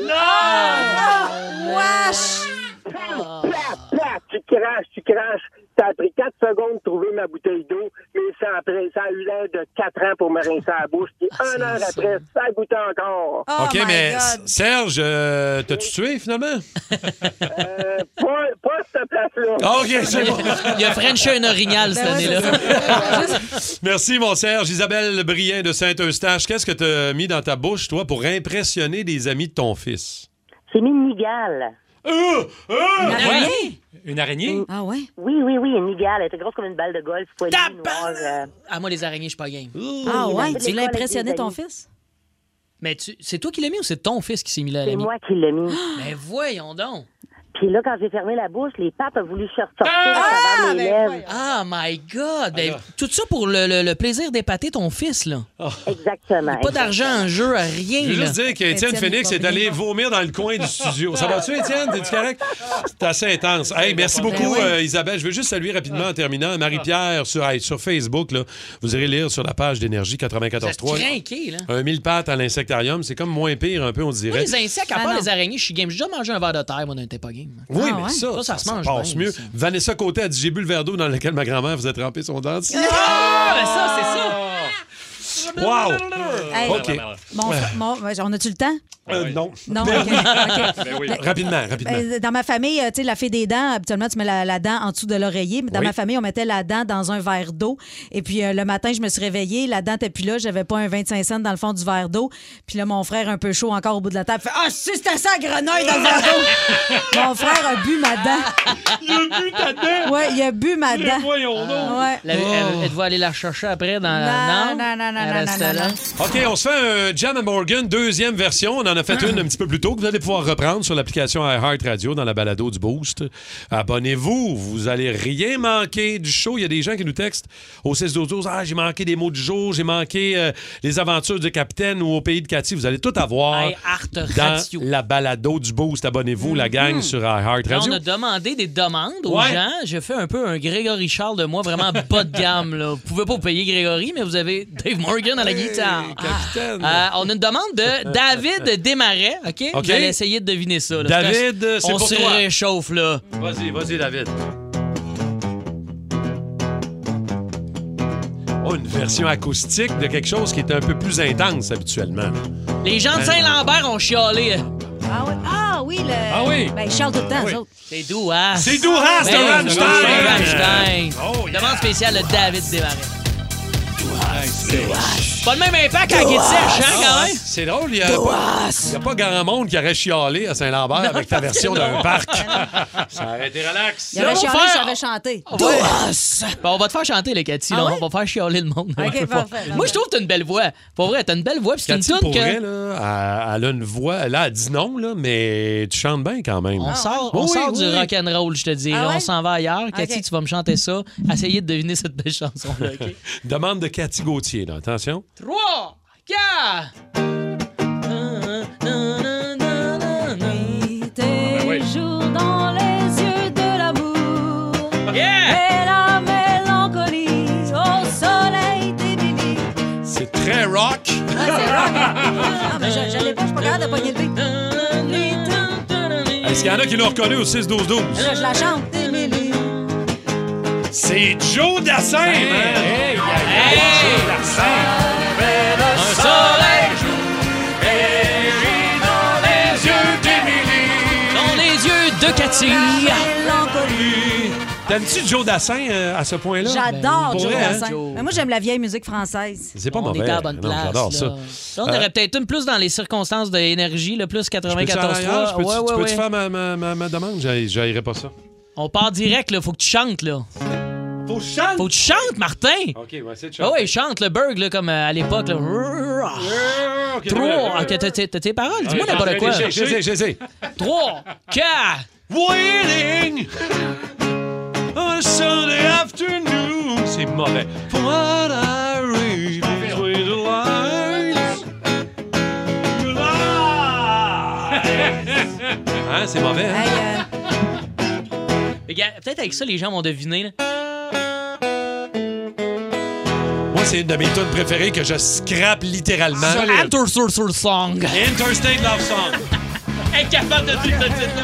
[SPEAKER 5] Wesh!
[SPEAKER 12] Plat, plat, tu craches, tu craches. Ça a pris quatre secondes de trouver ma bouteille d'eau, mais ça a, pris, ça a eu l'air de quatre ans pour me rincer la bouche. Puis une heure après, ça goûtait encore.
[SPEAKER 5] Oh
[SPEAKER 3] OK,
[SPEAKER 5] my
[SPEAKER 3] mais
[SPEAKER 5] God.
[SPEAKER 3] Serge, euh, t'as-tu tué, finalement?
[SPEAKER 12] Euh, pas, pas cette place-là.
[SPEAKER 3] OK, c'est bon.
[SPEAKER 4] Il a Frenché un orignal cette
[SPEAKER 5] Ben ouais,
[SPEAKER 4] année-là.
[SPEAKER 3] Merci, mon Serge. Isabelle Brien de Saint-Eustache, qu'est-ce que t'as mis dans ta bouche, toi, pour impressionner des amis de ton fils?
[SPEAKER 14] J'ai mis une migale.
[SPEAKER 3] Euh, euh,
[SPEAKER 5] Une araignée?
[SPEAKER 6] Une araignée?
[SPEAKER 5] Ah ouais?
[SPEAKER 14] Oui, oui, oui, une migale. Elle était grosse comme une balle de golf, poilue, noire. euh.
[SPEAKER 4] Ah, moi, les araignées, je suis pas game.
[SPEAKER 5] Ah ouais?
[SPEAKER 14] mais
[SPEAKER 5] Tu
[SPEAKER 14] c'est
[SPEAKER 5] voulais
[SPEAKER 14] quoi,
[SPEAKER 5] impressionner
[SPEAKER 14] les
[SPEAKER 5] ton
[SPEAKER 14] amis?
[SPEAKER 5] fils?
[SPEAKER 4] Mais tu, c'est toi qui l'as mis ou c'est ton fils qui s'est mis là à
[SPEAKER 14] C'est
[SPEAKER 4] l'ami?
[SPEAKER 14] moi qui l'ai mis.
[SPEAKER 4] Mais voyons donc.
[SPEAKER 14] Puis là, quand j'ai fermé la bouche, les pattes ont voulu se ressortir
[SPEAKER 5] Ah,
[SPEAKER 14] à travers mes
[SPEAKER 5] ben
[SPEAKER 14] lèvres.
[SPEAKER 5] voyons.
[SPEAKER 4] Ah, my God! Ben,
[SPEAKER 3] Alors.
[SPEAKER 4] tout ça pour le, le- le plaisir d'épater ton fils, là.
[SPEAKER 14] Exactement.
[SPEAKER 4] Pas d'argent en jeu, à rien,
[SPEAKER 3] Je veux
[SPEAKER 4] là.
[SPEAKER 3] juste dire qu'Étienne
[SPEAKER 5] Étienne
[SPEAKER 3] Phoenix
[SPEAKER 5] n'est
[SPEAKER 3] est
[SPEAKER 5] pas
[SPEAKER 3] allé
[SPEAKER 5] bien.
[SPEAKER 3] vomir dans le coin du studio. Ça va-tu, Étienne? T'es-tu correct? C'est assez intense. Hey, merci
[SPEAKER 5] Ben
[SPEAKER 3] beaucoup,
[SPEAKER 5] oui.
[SPEAKER 3] euh, Isabelle. Je veux juste saluer rapidement en terminant Marie-Pierre sur, hey, sur Facebook. Là. Vous irez lire sur la page d'Énergie quatre-vingt-quatorze
[SPEAKER 4] C'est
[SPEAKER 3] trois.
[SPEAKER 4] crinqué, là.
[SPEAKER 3] Un mille pattes à l'insectarium. C'est comme moins pire, un peu, on
[SPEAKER 4] Moi,
[SPEAKER 3] dirait.
[SPEAKER 4] les insectes, à
[SPEAKER 5] Ah
[SPEAKER 4] part
[SPEAKER 5] non.
[SPEAKER 4] les araignées, je suis game. J'ai déjà mangé un verre de terre, moi, d'un t'es pas game.
[SPEAKER 3] Oui,
[SPEAKER 5] Ah
[SPEAKER 3] mais
[SPEAKER 5] ouais?
[SPEAKER 3] ça,
[SPEAKER 4] Ça, ça se mange
[SPEAKER 3] passe
[SPEAKER 4] bien,
[SPEAKER 3] mieux.
[SPEAKER 4] ça.
[SPEAKER 3] Vanessa Côté a dit j'ai bu le verre d'eau dans lequel ma grand-mère faisait tremper son dentier.
[SPEAKER 4] Ah, mais ça, c'est ça!
[SPEAKER 3] Wow!
[SPEAKER 5] Hey,
[SPEAKER 3] OK.
[SPEAKER 5] Mon, mon, on a-tu le temps?
[SPEAKER 3] Euh, non.
[SPEAKER 5] Non, OK. OK.
[SPEAKER 6] Ben oui.
[SPEAKER 3] Rapidement, rapidement.
[SPEAKER 5] Ben, dans ma famille, tu sais, la fée des dents, habituellement, tu mets la, la dent en dessous de l'oreiller. Mais dans
[SPEAKER 3] Oui.
[SPEAKER 5] ma famille, on mettait la dent dans un verre d'eau. Et puis, euh, le matin, je me suis réveillée. La dent n'était plus là. J'avais pas un vingt-cinq cents dans le fond du verre d'eau. Puis là, mon frère, un peu chaud encore au bout de la table, fait « Ah, si, c'était ça, grenouille dans le verre d'eau! » Mon frère a bu ma dent.
[SPEAKER 3] Il a bu ta dent?
[SPEAKER 5] Ouais, il a bu ma dent.
[SPEAKER 3] Voyons donc.
[SPEAKER 5] Ouais.
[SPEAKER 4] La- elle- Êtes-vous allé la chercher après dans la...
[SPEAKER 5] Non, non, non, non,
[SPEAKER 4] Elle
[SPEAKER 5] non,
[SPEAKER 4] restait
[SPEAKER 5] non,
[SPEAKER 4] là?
[SPEAKER 5] non.
[SPEAKER 3] OK, on se fait un Jam and Morgan, deuxième version. On en a fait une un petit peu plus tôt que vous allez pouvoir reprendre sur l'application iHeartRadio dans la balado du Boost. Abonnez-vous, vous allez rien manquer du show. Il y a des gens qui nous textent au six douze douze. Ah, j'ai manqué des mots du jour, j'ai manqué euh, les aventures du capitaine ou au pays de Cathy. Vous allez tout avoir
[SPEAKER 4] iHeart
[SPEAKER 3] dans
[SPEAKER 4] Radio.
[SPEAKER 3] la balado du Boost. Abonnez-vous, la gang, sur
[SPEAKER 4] Là,
[SPEAKER 3] iHeartRadio.
[SPEAKER 4] on a demandé des demandes aux
[SPEAKER 3] Ouais.
[SPEAKER 4] gens. J'ai fait un peu un Grégory Charles de moi, vraiment bas de gamme. Là. Vous pouvez pas payer Grégory, mais vous avez Dave Morgan à la guitare.
[SPEAKER 3] Capitaine.
[SPEAKER 4] Euh, on a une demande de David Desmarais. OK?
[SPEAKER 3] OK.
[SPEAKER 4] Vous allez essayer de deviner ça. là.
[SPEAKER 3] David,
[SPEAKER 4] Parce que
[SPEAKER 3] c'est
[SPEAKER 4] on
[SPEAKER 3] pour
[SPEAKER 4] se
[SPEAKER 3] toi.
[SPEAKER 4] réchauffe, là.
[SPEAKER 3] Vas-y, vas-y, David. Oh, une version acoustique de quelque chose qui est un peu plus intense habituellement.
[SPEAKER 4] Les gens de Saint-Lambert ont chialé.
[SPEAKER 5] Ah oui, ah, oui le...
[SPEAKER 3] Ah oui?
[SPEAKER 5] Ben, ils chialent tout le temps, eux autres.
[SPEAKER 4] C'est doux, hein?
[SPEAKER 3] C'est doux, hein? C'est
[SPEAKER 4] Ben,
[SPEAKER 3] Rammstein!
[SPEAKER 4] c'est Rammstein.
[SPEAKER 3] Oh, yeah.
[SPEAKER 4] Demande spéciale de David Desmarais. Pas le même impact quand il est sèche, hein, quand même?
[SPEAKER 3] C'est drôle, il n'y a, pas- il y a pas grand monde qui aurait chialé à Saint-Lambert
[SPEAKER 4] Non,
[SPEAKER 3] avec ta
[SPEAKER 4] parce
[SPEAKER 3] version
[SPEAKER 4] que non.
[SPEAKER 3] d'un parc. Ça aurait été relax.
[SPEAKER 5] Il avait
[SPEAKER 4] Là, on
[SPEAKER 5] chialé,
[SPEAKER 4] va faire-
[SPEAKER 5] j'avais chanté.
[SPEAKER 4] Ouais. Ben, on va te faire chanter, les Cathy.
[SPEAKER 5] Ah
[SPEAKER 4] là.
[SPEAKER 5] ouais?
[SPEAKER 4] On va faire chialer le monde.
[SPEAKER 5] OK,
[SPEAKER 4] Ouais,
[SPEAKER 5] parfait,
[SPEAKER 4] Moi,
[SPEAKER 5] parfait.
[SPEAKER 4] je trouve que t'as une belle voix. Pour vrai, t'as une belle voix. Puis c'est une
[SPEAKER 3] Cathy,
[SPEAKER 4] toune
[SPEAKER 3] pour
[SPEAKER 4] que...
[SPEAKER 3] vrai, là, elle, elle a une voix. Là, elle dit non, là, mais tu chantes bien quand même.
[SPEAKER 4] On sort, on
[SPEAKER 3] Oui,
[SPEAKER 4] sort
[SPEAKER 3] oui,
[SPEAKER 4] du
[SPEAKER 3] oui.
[SPEAKER 4] rock'n'roll, je te dis.
[SPEAKER 5] Ah ouais?
[SPEAKER 4] On s'en va ailleurs. Cathy,
[SPEAKER 5] OK.
[SPEAKER 4] tu vas me chanter ça. Essayez de deviner cette belle chanson-là. OK?
[SPEAKER 3] Demande de Cathy Gauthier, là. Attention.
[SPEAKER 4] trois, quatre...
[SPEAKER 5] Tes jours dans les yeux de l'amour
[SPEAKER 4] Yeah!
[SPEAKER 5] et la mélancolie au soleil d'Émilie.
[SPEAKER 3] C'est très rock.
[SPEAKER 5] Ah, c'est rock. Non, mais je, je l'ai pas, je suis pas capable de pogner le beat.
[SPEAKER 3] Est-ce qu'il y en a qui l'ont reconnu au six douze douze?
[SPEAKER 5] Là, je la chante. Émilie.
[SPEAKER 3] C'est Joe Dassin, man!
[SPEAKER 4] Hey!
[SPEAKER 3] Joe Dassin!
[SPEAKER 4] Un soleil
[SPEAKER 3] dans les yeux d'Émilie!
[SPEAKER 4] dans les yeux de Cathy.
[SPEAKER 5] Mélancolie.
[SPEAKER 3] T'aimes-tu Joe Dassin euh, à ce point-là?
[SPEAKER 5] J'adore
[SPEAKER 3] Pour
[SPEAKER 5] Joe
[SPEAKER 3] vrai, hein?
[SPEAKER 5] Dassin. Mais moi, j'aime la vieille musique française.
[SPEAKER 3] C'est pas
[SPEAKER 4] On
[SPEAKER 3] mauvais.
[SPEAKER 4] est à la bonne
[SPEAKER 3] Non,
[SPEAKER 4] place.
[SPEAKER 3] j'adore
[SPEAKER 4] là.
[SPEAKER 3] ça.
[SPEAKER 4] Là, on aurait
[SPEAKER 3] Euh,
[SPEAKER 4] peut-être une plus dans les circonstances d'énergie, le plus
[SPEAKER 3] Je peux-tu
[SPEAKER 4] quatre-vingt-quatorze
[SPEAKER 3] aller ailleurs? Je
[SPEAKER 4] trois.
[SPEAKER 3] peux-tu
[SPEAKER 4] Ouais,
[SPEAKER 3] tu
[SPEAKER 4] ouais,
[SPEAKER 3] peux-tu
[SPEAKER 4] ouais.
[SPEAKER 3] faire ma, ma, ma, ma demande? J'haï- J'haïrais pas ça.
[SPEAKER 4] On part direct, là. Faut que tu chantes, là.
[SPEAKER 3] Faut chanter!
[SPEAKER 4] Faut que tu chantes, Martin!
[SPEAKER 3] OK, on va essayer de
[SPEAKER 4] Ah
[SPEAKER 3] chanter.
[SPEAKER 4] ouais, chante le Berg, là, comme euh, à l'époque, là.
[SPEAKER 3] OK,
[SPEAKER 4] Trois. Ok, t'as- t'as t'as tes paroles? Dis-moi n'importe quoi.
[SPEAKER 3] J'essaie, j'essaie, j'essaie.
[SPEAKER 4] Trois, quatre.
[SPEAKER 3] Waiting on a Sunday afternoon. C'est mauvais. For what I read between the lines. The lines. Hein, c'est mauvais, hein?
[SPEAKER 5] Hey, euh,
[SPEAKER 4] Regarde, peut-être avec ça, les gens vont deviner, là.
[SPEAKER 3] Moi, c'est une de mes tunes préférées que je scrape littéralement.
[SPEAKER 4] Interstate Song.
[SPEAKER 3] Interstate Love Song.
[SPEAKER 4] Incapable de dire ce titre-là.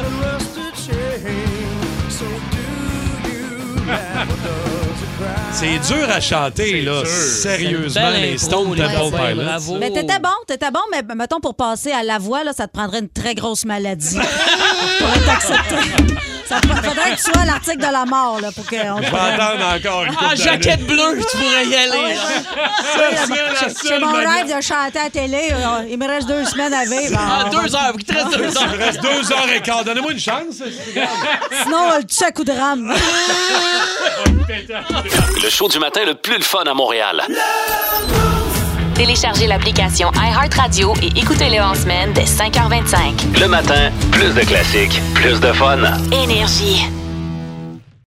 [SPEAKER 3] C'est dur à chanter, là. Sérieusement,
[SPEAKER 4] C'est une belle
[SPEAKER 3] les
[SPEAKER 4] impro,
[SPEAKER 3] Stone
[SPEAKER 4] les
[SPEAKER 3] Temple
[SPEAKER 4] gars,
[SPEAKER 3] Pilots.
[SPEAKER 4] bravo.
[SPEAKER 5] Mais t'étais bon, t'étais bon, mais mettons pour passer à la voix, là, ça te prendrait une très grosse maladie. Pour être accepté. Ça te faudrait que tu sois à l'article de la mort, là, pour qu'on te
[SPEAKER 3] Je vais
[SPEAKER 5] prenne.
[SPEAKER 3] attendre encore une
[SPEAKER 4] Ah,
[SPEAKER 3] couple
[SPEAKER 4] jaquette bleue, tu pourrais y aller. là.
[SPEAKER 3] Ça serait la
[SPEAKER 5] C'est
[SPEAKER 3] seule
[SPEAKER 5] mon
[SPEAKER 3] manière.
[SPEAKER 5] rêve de chanter à la télé. euh, Il me reste deux semaines à vivre.
[SPEAKER 4] Ah,
[SPEAKER 5] Alors,
[SPEAKER 4] deux heures, il te reste deux
[SPEAKER 3] Il me
[SPEAKER 4] heures.
[SPEAKER 3] reste deux heures et quart. Donnez-moi une chance.
[SPEAKER 5] Sinon, on le tue à coup de rame.
[SPEAKER 15] Le show du matin le plus le fun à Montréal.
[SPEAKER 1] Téléchargez l'application iHeartRadio et écoutez-le en semaine dès cinq heures vingt-cinq.
[SPEAKER 15] Le matin, plus de classiques, plus de fun.
[SPEAKER 1] Énergie.